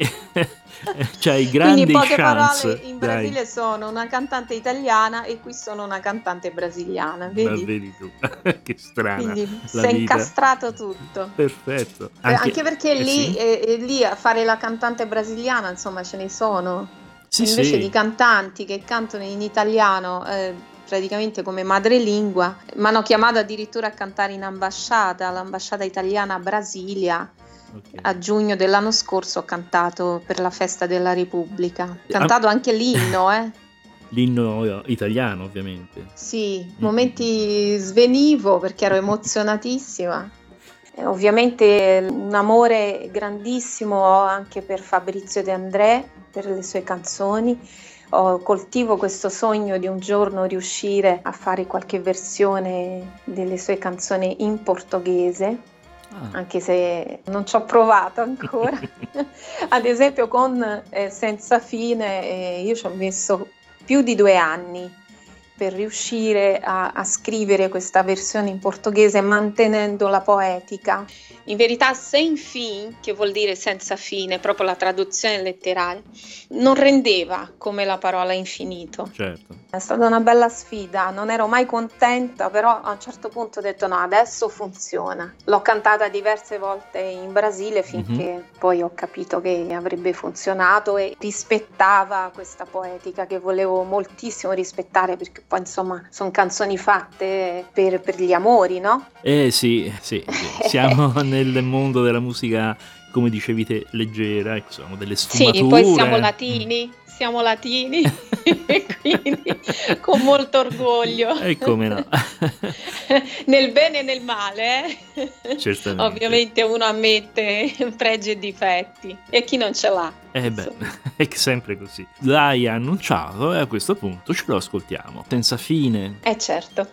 C'hai
Quindi
grandi
in poche
chance.
parole, in
Dai.
Brasile sono una cantante italiana e qui sono una cantante brasiliana,
Ma
vedi?
vedi tu, che strana
Quindi
la
si è
vita.
incastrato tutto.
Perfetto.
Eh, Anche, perché
eh
lì,
sì.
eh, eh, lì a fare la cantante brasiliana, insomma, ce ne sono.
Sì,
Invece
sì.
di cantanti che cantano in italiano, eh, praticamente come madrelingua, mi hanno chiamato addirittura a cantare in ambasciata, l'ambasciata italiana a Brasilia.
Ok.
A giugno dell'anno scorso ho cantato per la festa della Repubblica. Ho
Ah.
cantato anche l'inno, eh.
L'inno italiano, ovviamente.
Sì, momenti svenivo perché ero emozionatissima. Eh, ovviamente un amore grandissimo ho anche per Fabrizio De André, per le sue canzoni. Ho- coltivo questo sogno di un giorno riuscire a fare qualche versione delle sue canzoni in portoghese,
Ah.
anche se non ci ho provato ancora. Ad esempio con eh, Senza Fine eh, io ci ho messo più di due anni per riuscire a, a scrivere questa versione in portoghese mantenendo la poetica. In verità sem fin, che vuol dire senza fine, proprio la traduzione letterale, non rendeva come la parola infinito.
Certo.
È stata una bella sfida, non ero mai contenta, però a un certo punto ho detto no, adesso funziona. L'ho cantata diverse volte in Brasile finché poi ho capito che avrebbe funzionato e rispettava questa poetica che volevo moltissimo rispettare, perché poi insomma sono canzoni fatte per, per gli amori, no?
Eh sì, sì, sì. Siamo nel mondo della musica, come dicevi te, leggera, ecco, sono delle sfumature.
Sì, poi siamo latini, siamo latini, e quindi con molto orgoglio.
E come no.
Nel bene e nel male, eh?
Certamente.
Ovviamente uno ammette pregi e difetti e chi non ce l'ha.
Eh beh,
insomma.
è sempre così. L'hai annunciato e a questo punto ce lo ascoltiamo. Senza fine.
Eh certo.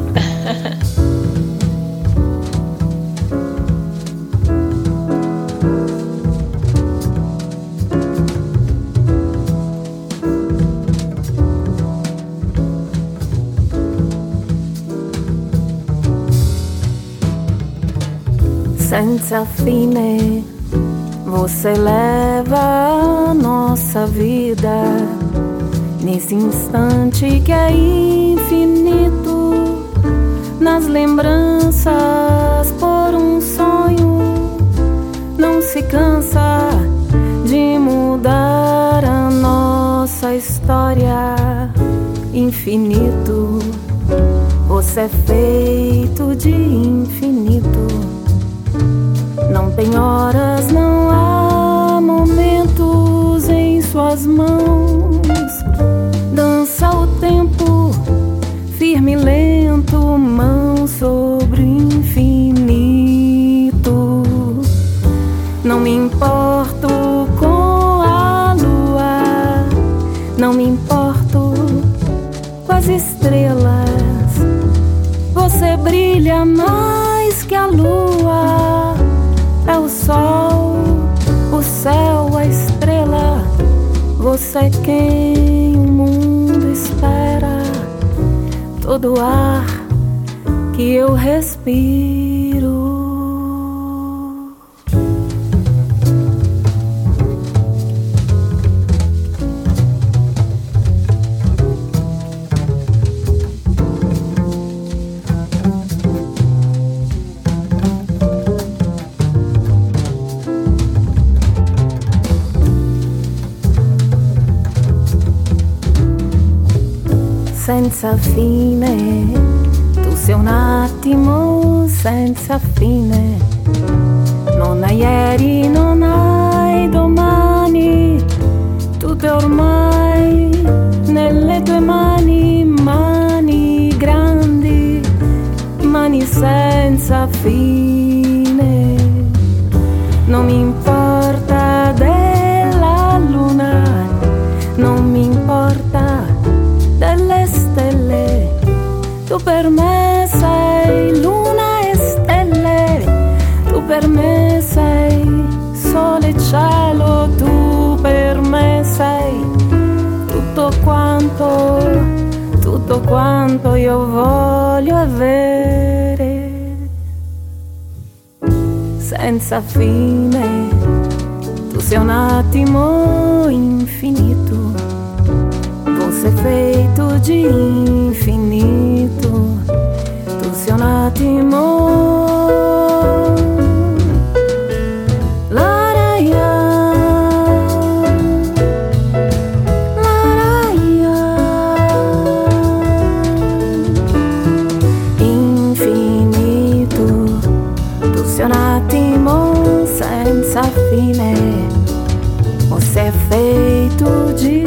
Senza fine, você leva a nossa vida nesse instante que é infinito, nas lembranças por um sonho, não se cansa de mudar a nossa história. Infinito, você é feito de infinito. Não tem horas, não há momentos em suas mãos. Dança o tempo, firme e lento, mão sobre o infinito. Não me importo com a lua, não me importo com as estrelas. Você brilha mais que a lua. É o sol, o céu, a estrela. Você é quem o mundo espera. Todo ar que eu respiro. Senza fine, tu sei un attimo senza fine. Non hai ieri, non hai domani. Tutto è ormai nelle tue mani, mani grandi, mani senza fine. Non mi importa del quanto io voglio avere senza fine. Tu sei un attimo infinito, você feito de infinito. Tu sei un attimo. Un attimo senza fine, você è feito de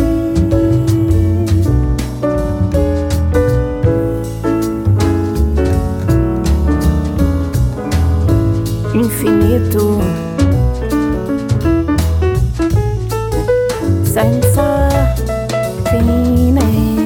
infinito, senza fine.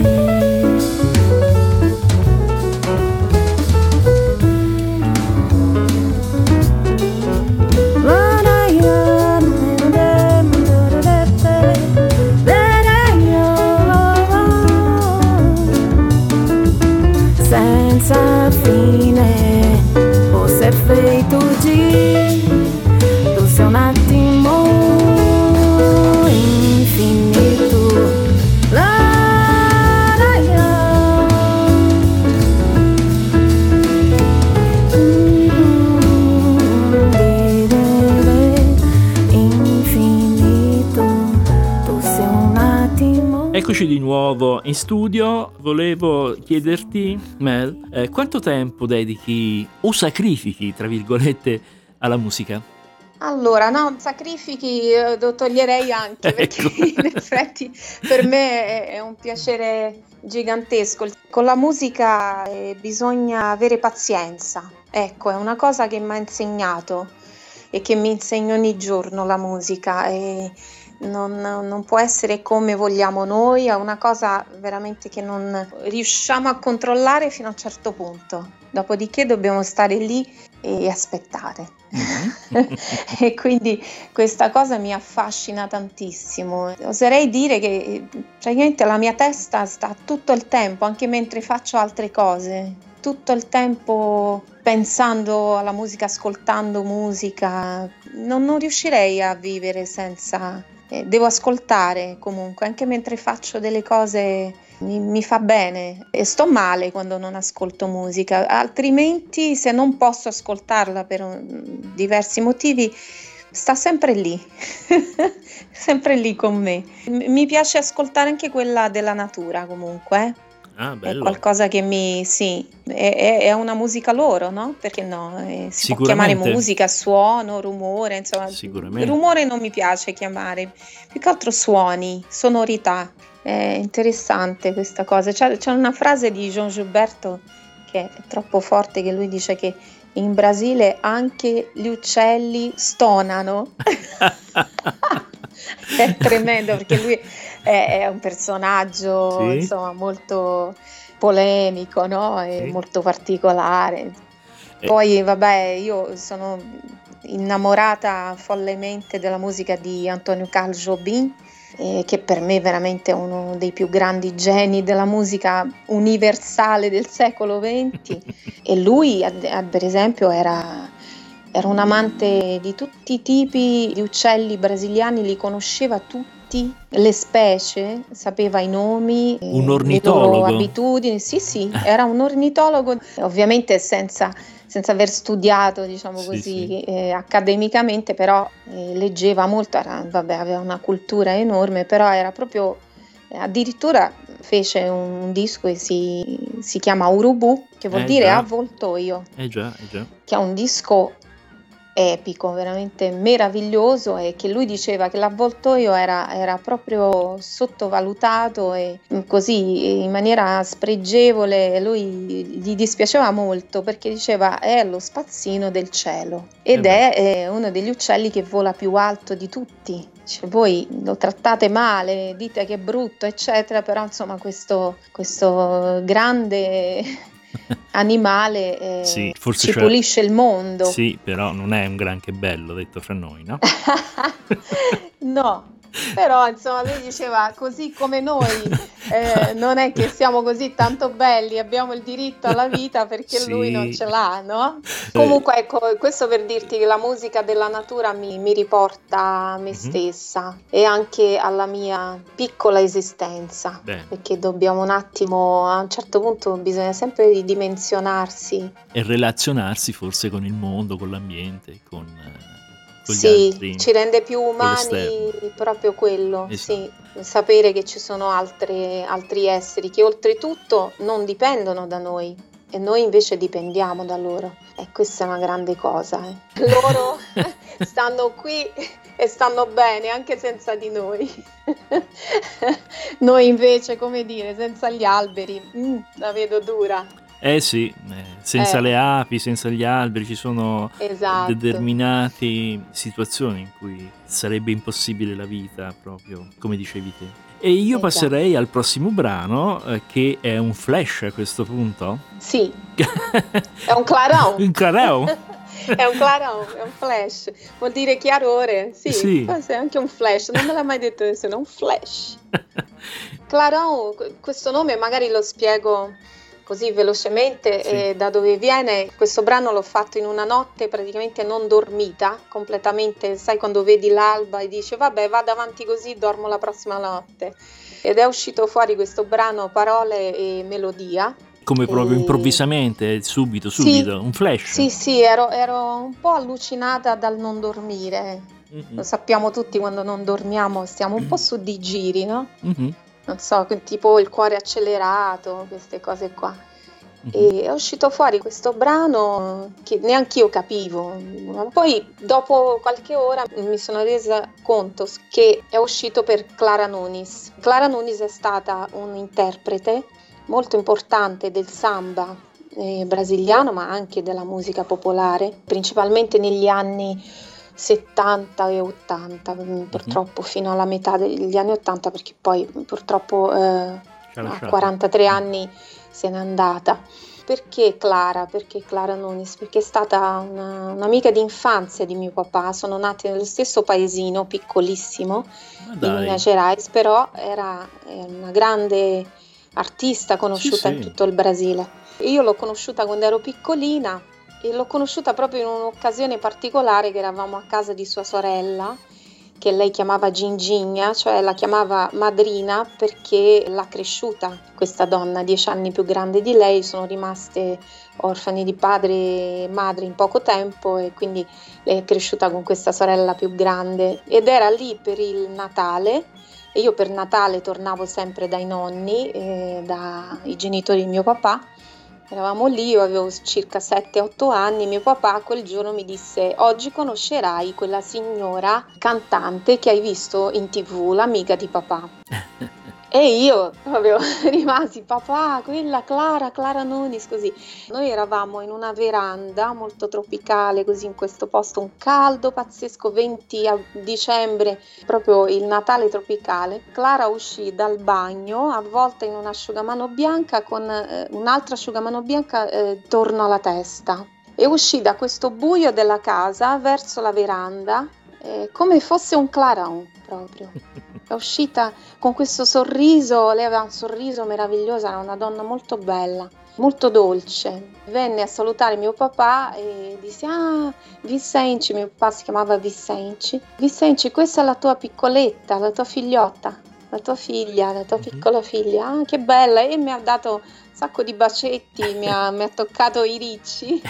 Senza fine, você è feito de. Tu sei un attimo infinito. La, la, la. Mm, de, de, de. Infinito, tu sei un attimo.
Eccoci di nuovo in studio. Volevo chiederti, Mel, eh, quanto tempo dedichi o sacrifichi, tra virgolette, alla musica?
Allora, no, sacrifichi eh, lo toglierei anche, perché
Ecco.
in effetti per me è, è un piacere gigantesco. Con la musica eh, bisogna avere pazienza, ecco, è una cosa che mi ha insegnato e che mi insegna ogni giorno la musica. E non, non può essere come vogliamo noi, è una cosa veramente che non riusciamo a controllare fino a un certo punto. Dopodiché dobbiamo stare lì e aspettare. E quindi questa cosa mi affascina tantissimo. Oserei dire che praticamente la mia testa sta tutto il tempo, anche mentre faccio altre cose, tutto il tempo pensando alla musica, ascoltando musica. Non, non riuscirei a vivere senza... Eh, devo ascoltare comunque, anche mentre faccio delle cose. Mi, mi fa bene e sto male quando non ascolto musica, altrimenti se non posso ascoltarla per un, diversi motivi, sta sempre lì, sempre lì con me. M- mi piace ascoltare anche quella della natura comunque, eh.
Ah, bello.
È qualcosa che mi, sì, è, è, è una musica loro, no? Perché no? Eh, si può chiamare musica, suono, rumore, insomma.
Sicuramente.
Rumore non mi piace chiamare, più che altro suoni, sonorità. È interessante questa cosa. C'è, c'è una frase di João Gilberto che è troppo forte, che lui dice che in Brasile anche gli uccelli stonano. È tremendo, perché lui è, è un personaggio,
sì,
insomma, molto polemico, no? E
sì,
molto particolare.
eh.
Poi vabbè, io sono innamorata follemente della musica di Antonio Carlos Jobim, eh, che per me è veramente uno dei più grandi geni della musica universale del secolo venti. E lui ad, ad, per esempio era, era un amante di tutti i tipi di uccelli brasiliani, li conosceva tutti, le specie, sapeva i nomi,
un
eh,
ornitologo,
le loro abitudini. Sì, sì, era un ornitologo, ovviamente senza senza aver studiato, diciamo
sì,
così,
sì.
Eh, accademicamente, però eh, leggeva molto, era, vabbè, aveva una cultura enorme, però era proprio, eh, addirittura fece un disco che si, si chiama Urubu, che vuol
eh
dire
già.
avvoltoio,
Eh già, eh già.
che è un disco epico, veramente meraviglioso, e che lui diceva che l'avvoltoio era, era proprio sottovalutato e così in maniera spregevole. Lui gli dispiaceva molto perché diceva è lo spazzino del cielo ed
eh
è, è uno degli uccelli che vola più alto di tutti. Cioè, voi lo trattate male, dite che è brutto, eccetera, però insomma questo, questo grande animale eh,
sì, forse
ci
cioè,
pulisce il mondo.
Sì, però non è un granché bello, detto fra noi, no?
No, Però insomma lui diceva così come noi eh, non è che siamo così tanto belli, abbiamo il diritto alla vita perché
Sì.
lui non ce l'ha, no? Comunque ecco, questo per dirti che la musica della natura mi, mi riporta a me
Mhm.
stessa e anche alla mia piccola esistenza,
Bene.
perché dobbiamo un attimo, a un certo punto bisogna sempre ridimensionarsi.
E relazionarsi forse con il mondo, con l'ambiente, con, eh, con gli
Sì,
altri.
ci rende più umani
l'esterno.
proprio quello,
Esatto.
sì, sapere che ci sono altre- altri esseri che oltretutto non dipendono da noi e noi invece dipendiamo da loro. E questa è una grande cosa. eh. Loro stanno qui e stanno bene anche senza di noi. Noi invece, come dire, senza gli alberi, mm, la vedo dura.
Eh sì, eh, senza
Eh.
le api, senza gli alberi ci sono
Esatto.
determinate situazioni in cui sarebbe impossibile la vita, proprio come dicevi te. E io
Esatto.
passerei al prossimo brano, eh, che è un flash a questo punto.
Sì, è un clarão.
Un clarão?
È un clarão, è un flash, vuol dire chiarore, sì,
Sì.
forse è anche un flash, non me l'ha mai detto nessuno, è un flash. Clarão, que- questo nome magari lo spiego così velocemente,
Sì.
eh, da dove viene. Questo brano l'ho fatto in una notte praticamente non dormita, completamente, sai quando vedi l'alba e dici vabbè vado avanti così, dormo la prossima notte. Ed è uscito fuori questo brano, parole e melodia.
Come proprio
E-
improvvisamente, subito,
Sì.
subito, un flash.
Sì, sì, ero, ero un po' allucinata dal non dormire.
Mhm.
Lo sappiamo tutti, quando non dormiamo stiamo un po' su di giri, no?
Mhm.
Non so, tipo il cuore accelerato, queste cose qua.
Mhm.
E è uscito fuori questo brano che neanche io capivo. Ma poi dopo qualche ora mi sono resa conto che è uscito per Clara Nunes. Clara Nunes è stata un'interprete molto importante del samba eh, brasiliano, ma anche della musica popolare, principalmente negli anni settanta e ottanta, mm, purtroppo fino alla metà degli anni ottanta, perché poi purtroppo eh,
Ci ha
a
lasciato.
quarantatré anni se n'è andata. Perché Clara? Perché Clara Nunes? Perché è stata una- un'amica di infanzia di mio papà, sono nati nello stesso paesino piccolissimo
Ma
di
dai.
Minas Gerais, però era eh, una grande artista conosciuta
Sì, sì.
in tutto il Brasile. Io l'ho conosciuta quando ero piccolina e l'ho conosciuta proprio in un'occasione particolare, che eravamo a casa di sua sorella, che lei chiamava Ginginha, cioè la chiamava madrina perché l'ha cresciuta questa donna, dieci anni più grande di lei, sono rimaste orfani di padre e madre in poco tempo e quindi lei è cresciuta con questa sorella più grande ed era lì per il Natale e io per Natale tornavo sempre dai nonni, eh, dai genitori di mio papà. Eravamo lì, io avevo circa sette otto anni, mio papà quel giorno mi disse: oggi conoscerai quella signora cantante che hai visto in tv, l'amica di papà. E io proprio rimasi, papà, quella Clara, Clara Nunes, così. Noi eravamo in una veranda molto tropicale, così in questo posto, un caldo pazzesco, venti a dicembre, proprio il Natale tropicale. Clara uscì dal bagno, avvolta in un asciugamano bianca, con eh, un'altra asciugamano bianca eh, attorno alla testa. E uscì da questo buio della casa verso la veranda, eh, come fosse un clarão proprio. È uscita con questo sorriso, lei aveva un sorriso meraviglioso, era una donna molto bella, molto dolce. Venne a salutare mio papà e disse: ah, Vicente, mio papà si chiamava Vicente. Vicente, questa è la tua piccoletta, la tua figliotta, la tua figlia, la tua piccola figlia. Ah, che bella! E mi ha dato un sacco di bacetti, mi ha, mi ha toccato i ricci.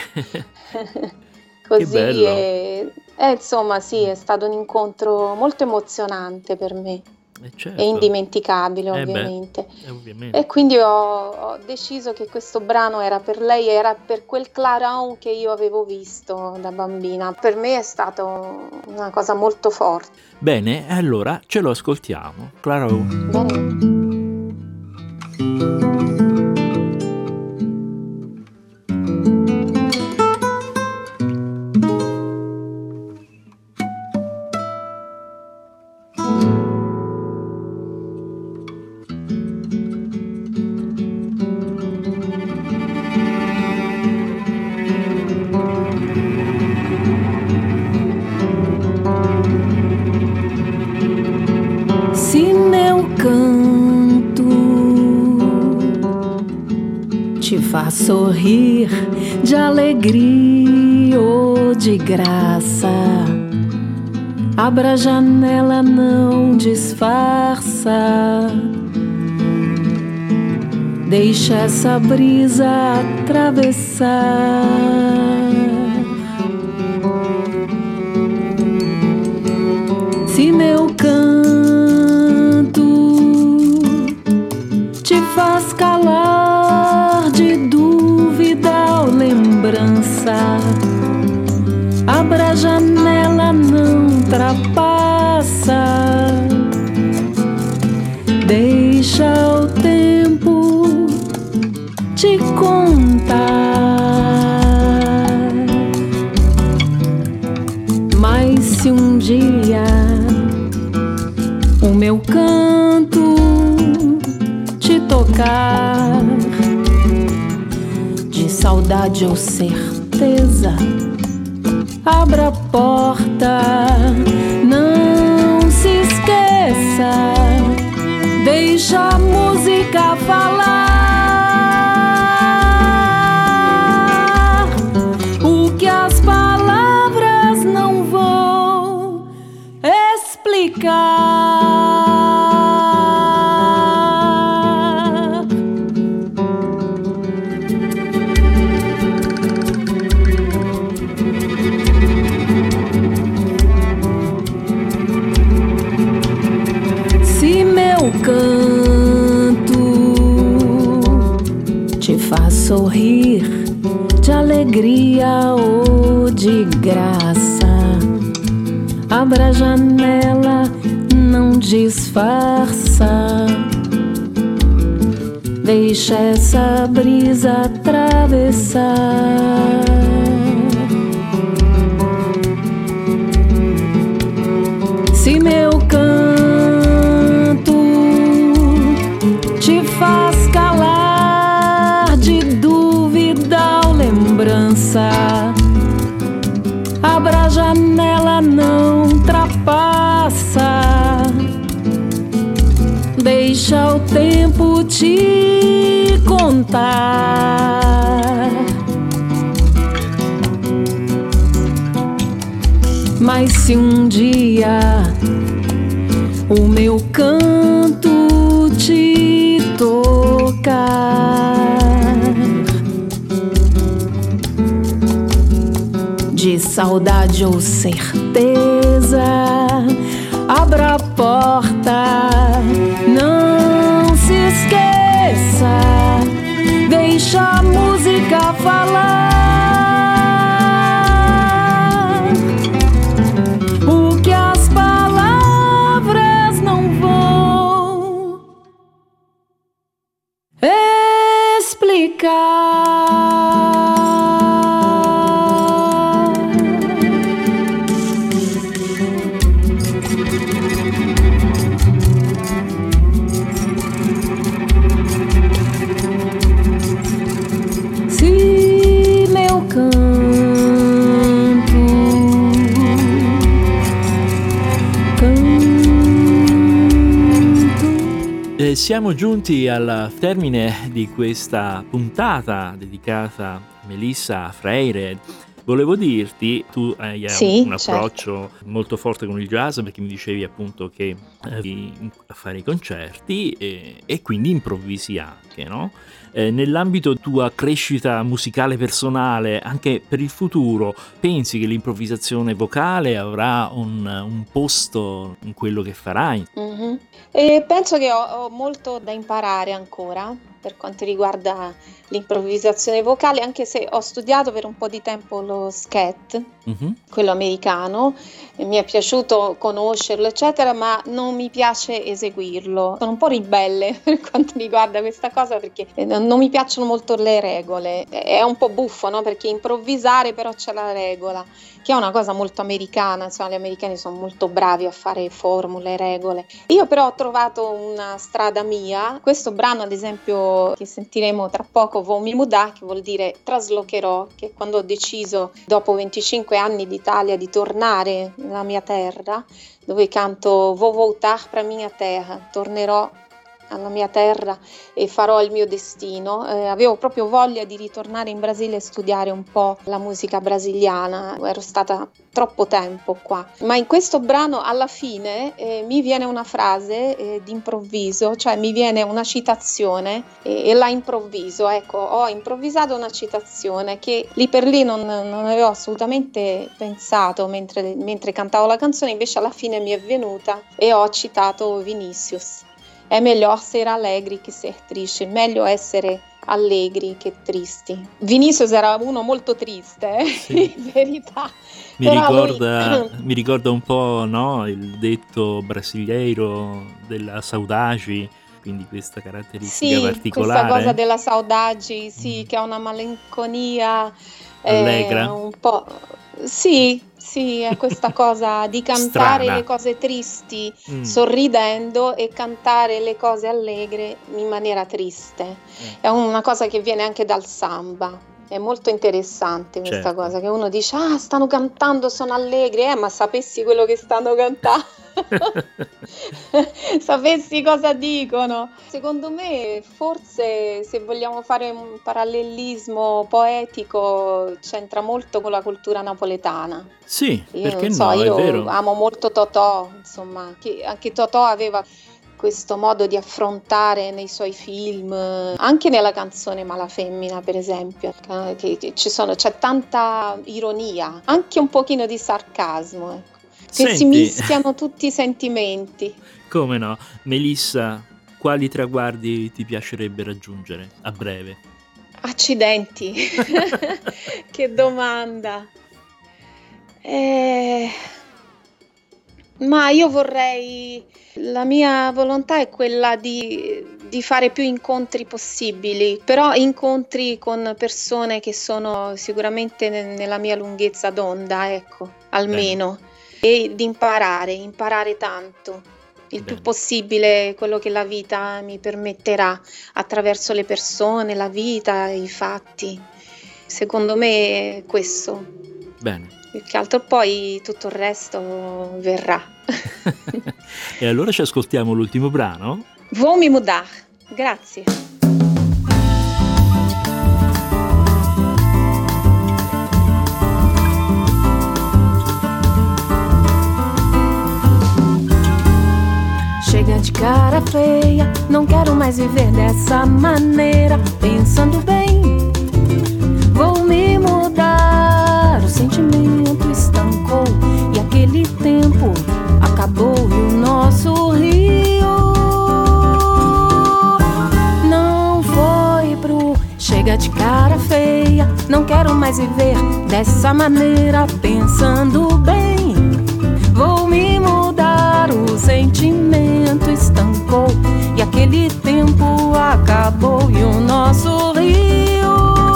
Così,
bello.
e, e insomma sì, è stato un incontro molto emozionante per me
Eh, certo.
e indimenticabile
Eh beh,
ovviamente.
eh, ovviamente.
E quindi ho, ho deciso che questo brano era per lei, era per quel clarão che io avevo visto da bambina. Per me è stata una cosa molto forte.
Bene, allora ce lo ascoltiamo. Clarão.
Bene.
faz sorrir de alegria ou de graça. Abra a janela, não disfarça. Deixa essa brisa atravessar. Se meu canto te faz calar de dúvida ou lembrança, abra a janela, não ultrapassa. Deixa o tempo te contar. Mas se um dia o meu canto te tocar, de saudade ou certeza, abra a porta, não se esqueça, deixa a música falar o que as palavras não vão explicar. Se meu canto te faz sorrir de alegria ou de graça, abra a janela, não disfarça. Deixa essa brisa atravessar. Se meu canto te faz calar de dúvida ou lembrança, abra a janela, não ultrapassa. Deixa o tempo te contar. Mas se um dia o meu canto te tocar, de saudade ou certeza, abra a porta, não se esqueça, deixa a música falar o que as palavras não vão explicar.
Siamo giunti al termine di questa puntata dedicata a Melissa Freire. Volevo dirti, tu hai
Sì,
un approccio
certo.
molto forte con il jazz, perché mi dicevi appunto che eh, a fare i concerti e, e quindi improvvisi anche, no? Eh, nell'ambito tua crescita musicale personale, anche per il futuro, pensi che l'improvvisazione vocale avrà un, un posto in quello che farai?
Mm-hmm. E penso che ho, ho molto da imparare ancora per quanto riguarda l'improvvisazione vocale, anche se ho studiato per un po' di tempo lo scat, mm-hmm. quello americano, e mi è piaciuto conoscerlo eccetera, ma non mi piace eseguirlo. Sono un po' ribelle per quanto riguarda questa cosa, perché non mi piacciono molto le regole. È un po' buffo, no? Perché improvvisare però c'è la regola, che è una cosa molto americana, insomma gli americani sono molto bravi a fare formule, regole. Io però ho trovato una strada mia. Questo brano ad esempio che sentiremo tra poco, Vou me mudar, che vuol dire traslocherò, che quando ho deciso dopo venticinque anni d'Italia di tornare nella mia terra, dove canto Vou voltar pra minha terra, tornerò alla mia terra e farò il mio destino. Eh, avevo proprio voglia di ritornare in Brasile e studiare un po' la musica brasiliana, ero stata troppo tempo qua. Ma in questo brano alla fine eh, mi viene una frase eh, d'improvviso, cioè mi viene una citazione eh, e la improvviso, ecco, ho improvvisato una citazione che lì per lì non, non avevo assolutamente pensato mentre, mentre cantavo la canzone, invece alla fine mi è venuta e ho citato Vinicius. È meglio essere allegri che ser tristi, meglio essere allegri che tristi. Vinicius era uno molto triste, eh? Sì. In verità.
Mi ricorda, lui... mi ricorda un po', no, il detto brasileiro della saudade, quindi questa caratteristica
sì,
particolare.
Questa cosa della saudade, sì, che ha una malinconia
allegra.
Eh, un po'. Sì, sì, è questa cosa di cantare
Strana.
Le cose tristi
mm.
sorridendo e cantare le cose allegre in maniera triste. Mm. È una cosa che viene anche dal samba. È molto interessante questa
certo.
cosa, che uno dice, ah, stanno cantando, sono allegri, eh, ma sapessi quello che stanno cantando? Sapessi cosa dicono? Secondo me, forse, se vogliamo fare un parallelismo poetico, c'entra molto con la cultura napoletana.
Sì,
io
perché
non so,
no,
io
è vero.
amo molto Totò, insomma, che anche Totò aveva questo modo di affrontare nei suoi film, anche nella canzone Malafemmina per esempio, che, che ci sono, c'è tanta ironia, anche un pochino di sarcasmo, ecco, che
Senti,
si mischiano tutti i sentimenti.
Come no? Melissa, quali traguardi ti piacerebbe raggiungere a breve?
Accidenti, che domanda. Eh... Ma io vorrei, la mia volontà è quella di, di fare più incontri possibili, però incontri con persone che sono sicuramente ne- nella mia lunghezza d'onda, ecco, almeno, e di imparare, imparare tanto, il
Bene.
più possibile quello che la vita mi permetterà attraverso le persone, la vita, i fatti. Secondo me è questo.
Bene.
Più che altro poi tutto il resto verrà.
E allora ci ascoltiamo l'ultimo brano?
Vou me mudar. Grazie.
Chega de cara feia, não quero mais viver dessa maneira. Pensando bem, vou me mudar. O sentimento estancou e aquele tempo acabou e o nosso rio não foi pro. Chega de cara feia, não quero mais viver dessa maneira. Pensando bem, vou me mudar. O sentimento estancou e aquele tempo acabou e o nosso rio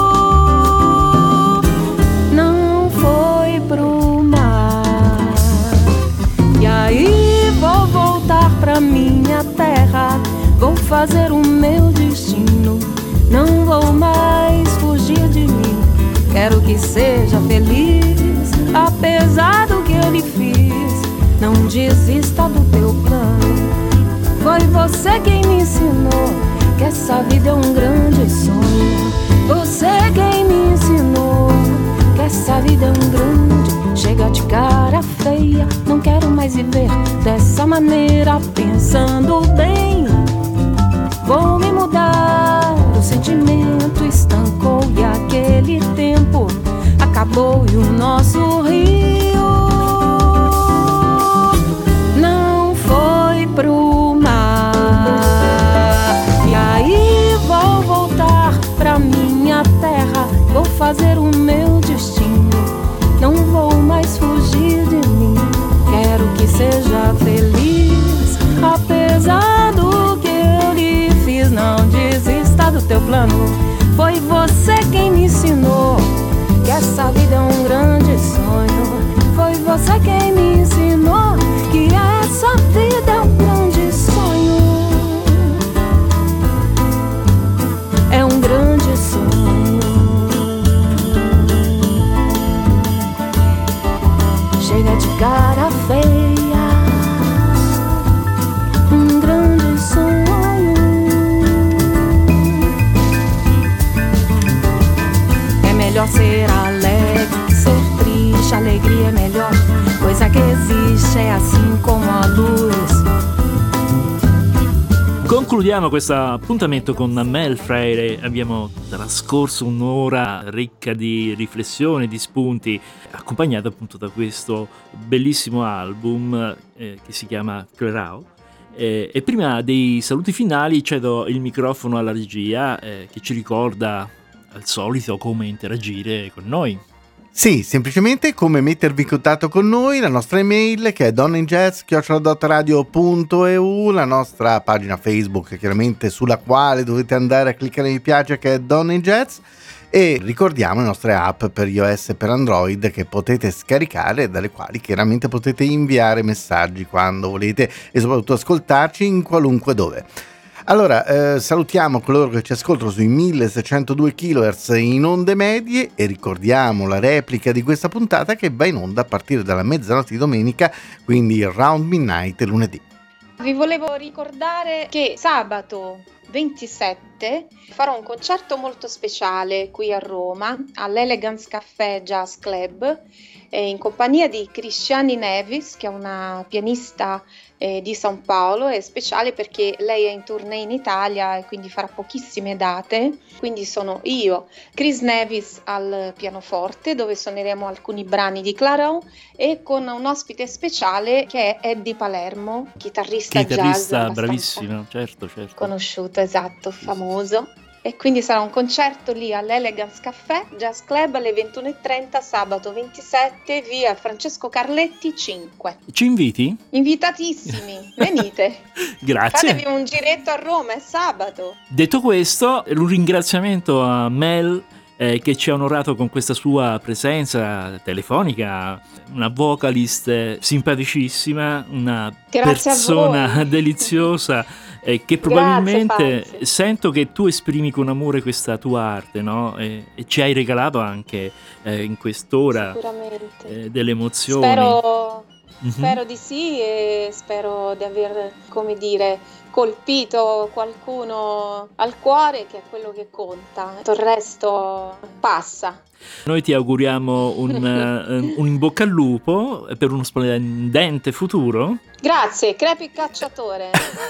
não foi pro mar. E aí vou voltar pra minha terra, vou fazer o meu destino. Não vou mais fugir de mim, quero que seja feliz, apesar do que eu lhe fiz. Não desista do teu plano, foi você quem me ensinou que essa vida é um grande sonho. Você quem me ensinou que essa vida é um grande. Chega de cara feia, não quero mais viver dessa maneira. Pensando bem, vou me mudar. O sentimento estancou e aquele tempo acabou e o nosso rio não foi pro mar. E aí vou voltar pra minha terra, vou fazer o meu destino. Não vou mais fugir de mim, quero que seja feliz, apesar do que eu lhe fiz. Não desista do teu plano, foi você quem me ensinou que essa vida é um grande sonho. Foi você quem me ensinou que essa vida é um grande sonho. É um grande sonho. Chega de cara feia, um grande sonho. é assim como a luz.
Concludiamo questo appuntamento con Mel Freire. Abbiamo trascorso un'ora ricca di riflessioni, di spunti, accompagnato appunto da questo bellissimo album eh, che si chiama Clear. Eh, e prima dei saluti finali cedo il microfono alla regia eh, che ci ricorda al solito come interagire con noi.
Sì, semplicemente come mettervi in contatto con noi, la nostra email che è donnainjazz chiocciola radio punto e u, la nostra pagina Facebook chiaramente sulla quale dovete andare a cliccare mi piace che è Donna in Jazz, e ricordiamo le nostre app per iOS e per Android che potete scaricare, dalle quali chiaramente potete inviare messaggi quando volete e soprattutto ascoltarci in qualunque dove. Allora, eh, salutiamo coloro che ci ascoltano sui milleseicentodue kilohertz in onde medie e ricordiamo la replica di questa puntata che va in onda a partire dalla mezzanotte di domenica, quindi round midnight lunedì.
Vi volevo ricordare che sabato ventisette farò un concerto molto speciale qui a Roma all'Elegance Café Jazz Club eh, in compagnia di Cristiane Nevis, che è una pianista eh, di San Paolo. È speciale perché lei è in tournée in Italia e quindi farà pochissime date, quindi sono io, Chris Nevis al pianoforte dove suoneremo alcuni brani di Clairol e con un ospite speciale che è Eddie Palermo, chitarrista,
chitarrista
jazz
bravissimo, certo, certo.
conosciuto, esatto, famoso. E quindi sarà un concerto lì all'Elegance Café Jazz Club alle ventuno e trenta sabato ventisette, via Francesco Carletti cinque.
Ci inviti?
Invitatissimi, venite.
Grazie.
Fatevi un giretto a Roma, è sabato.
Detto questo, un ringraziamento a Mel eh, che ci ha onorato con questa sua presenza telefonica, una vocalist simpaticissima, una
Grazie
persona deliziosa. Eh, che probabilmente
Grazie,
sento che tu esprimi con amore questa tua arte, no? E, e ci hai regalato anche eh, in quest'ora eh, delle emozioni.
Spero,
mm-hmm.
spero di sì e spero di aver, come dire, colpito qualcuno al cuore, che è quello che conta. Tutto il resto passa.
Noi ti auguriamo un, uh, un in bocca al lupo per uno splendente futuro.
Grazie, crepi cacciatore.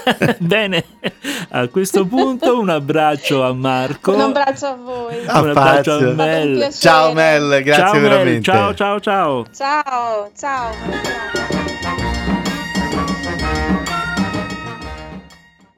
Bene, a questo punto un abbraccio a Marco.
Un abbraccio a voi.
Un abbraccio a Mel.
Ciao Mel, grazie
ciao,
veramente.
Mel. Ciao, ciao, ciao.
Ciao, ciao.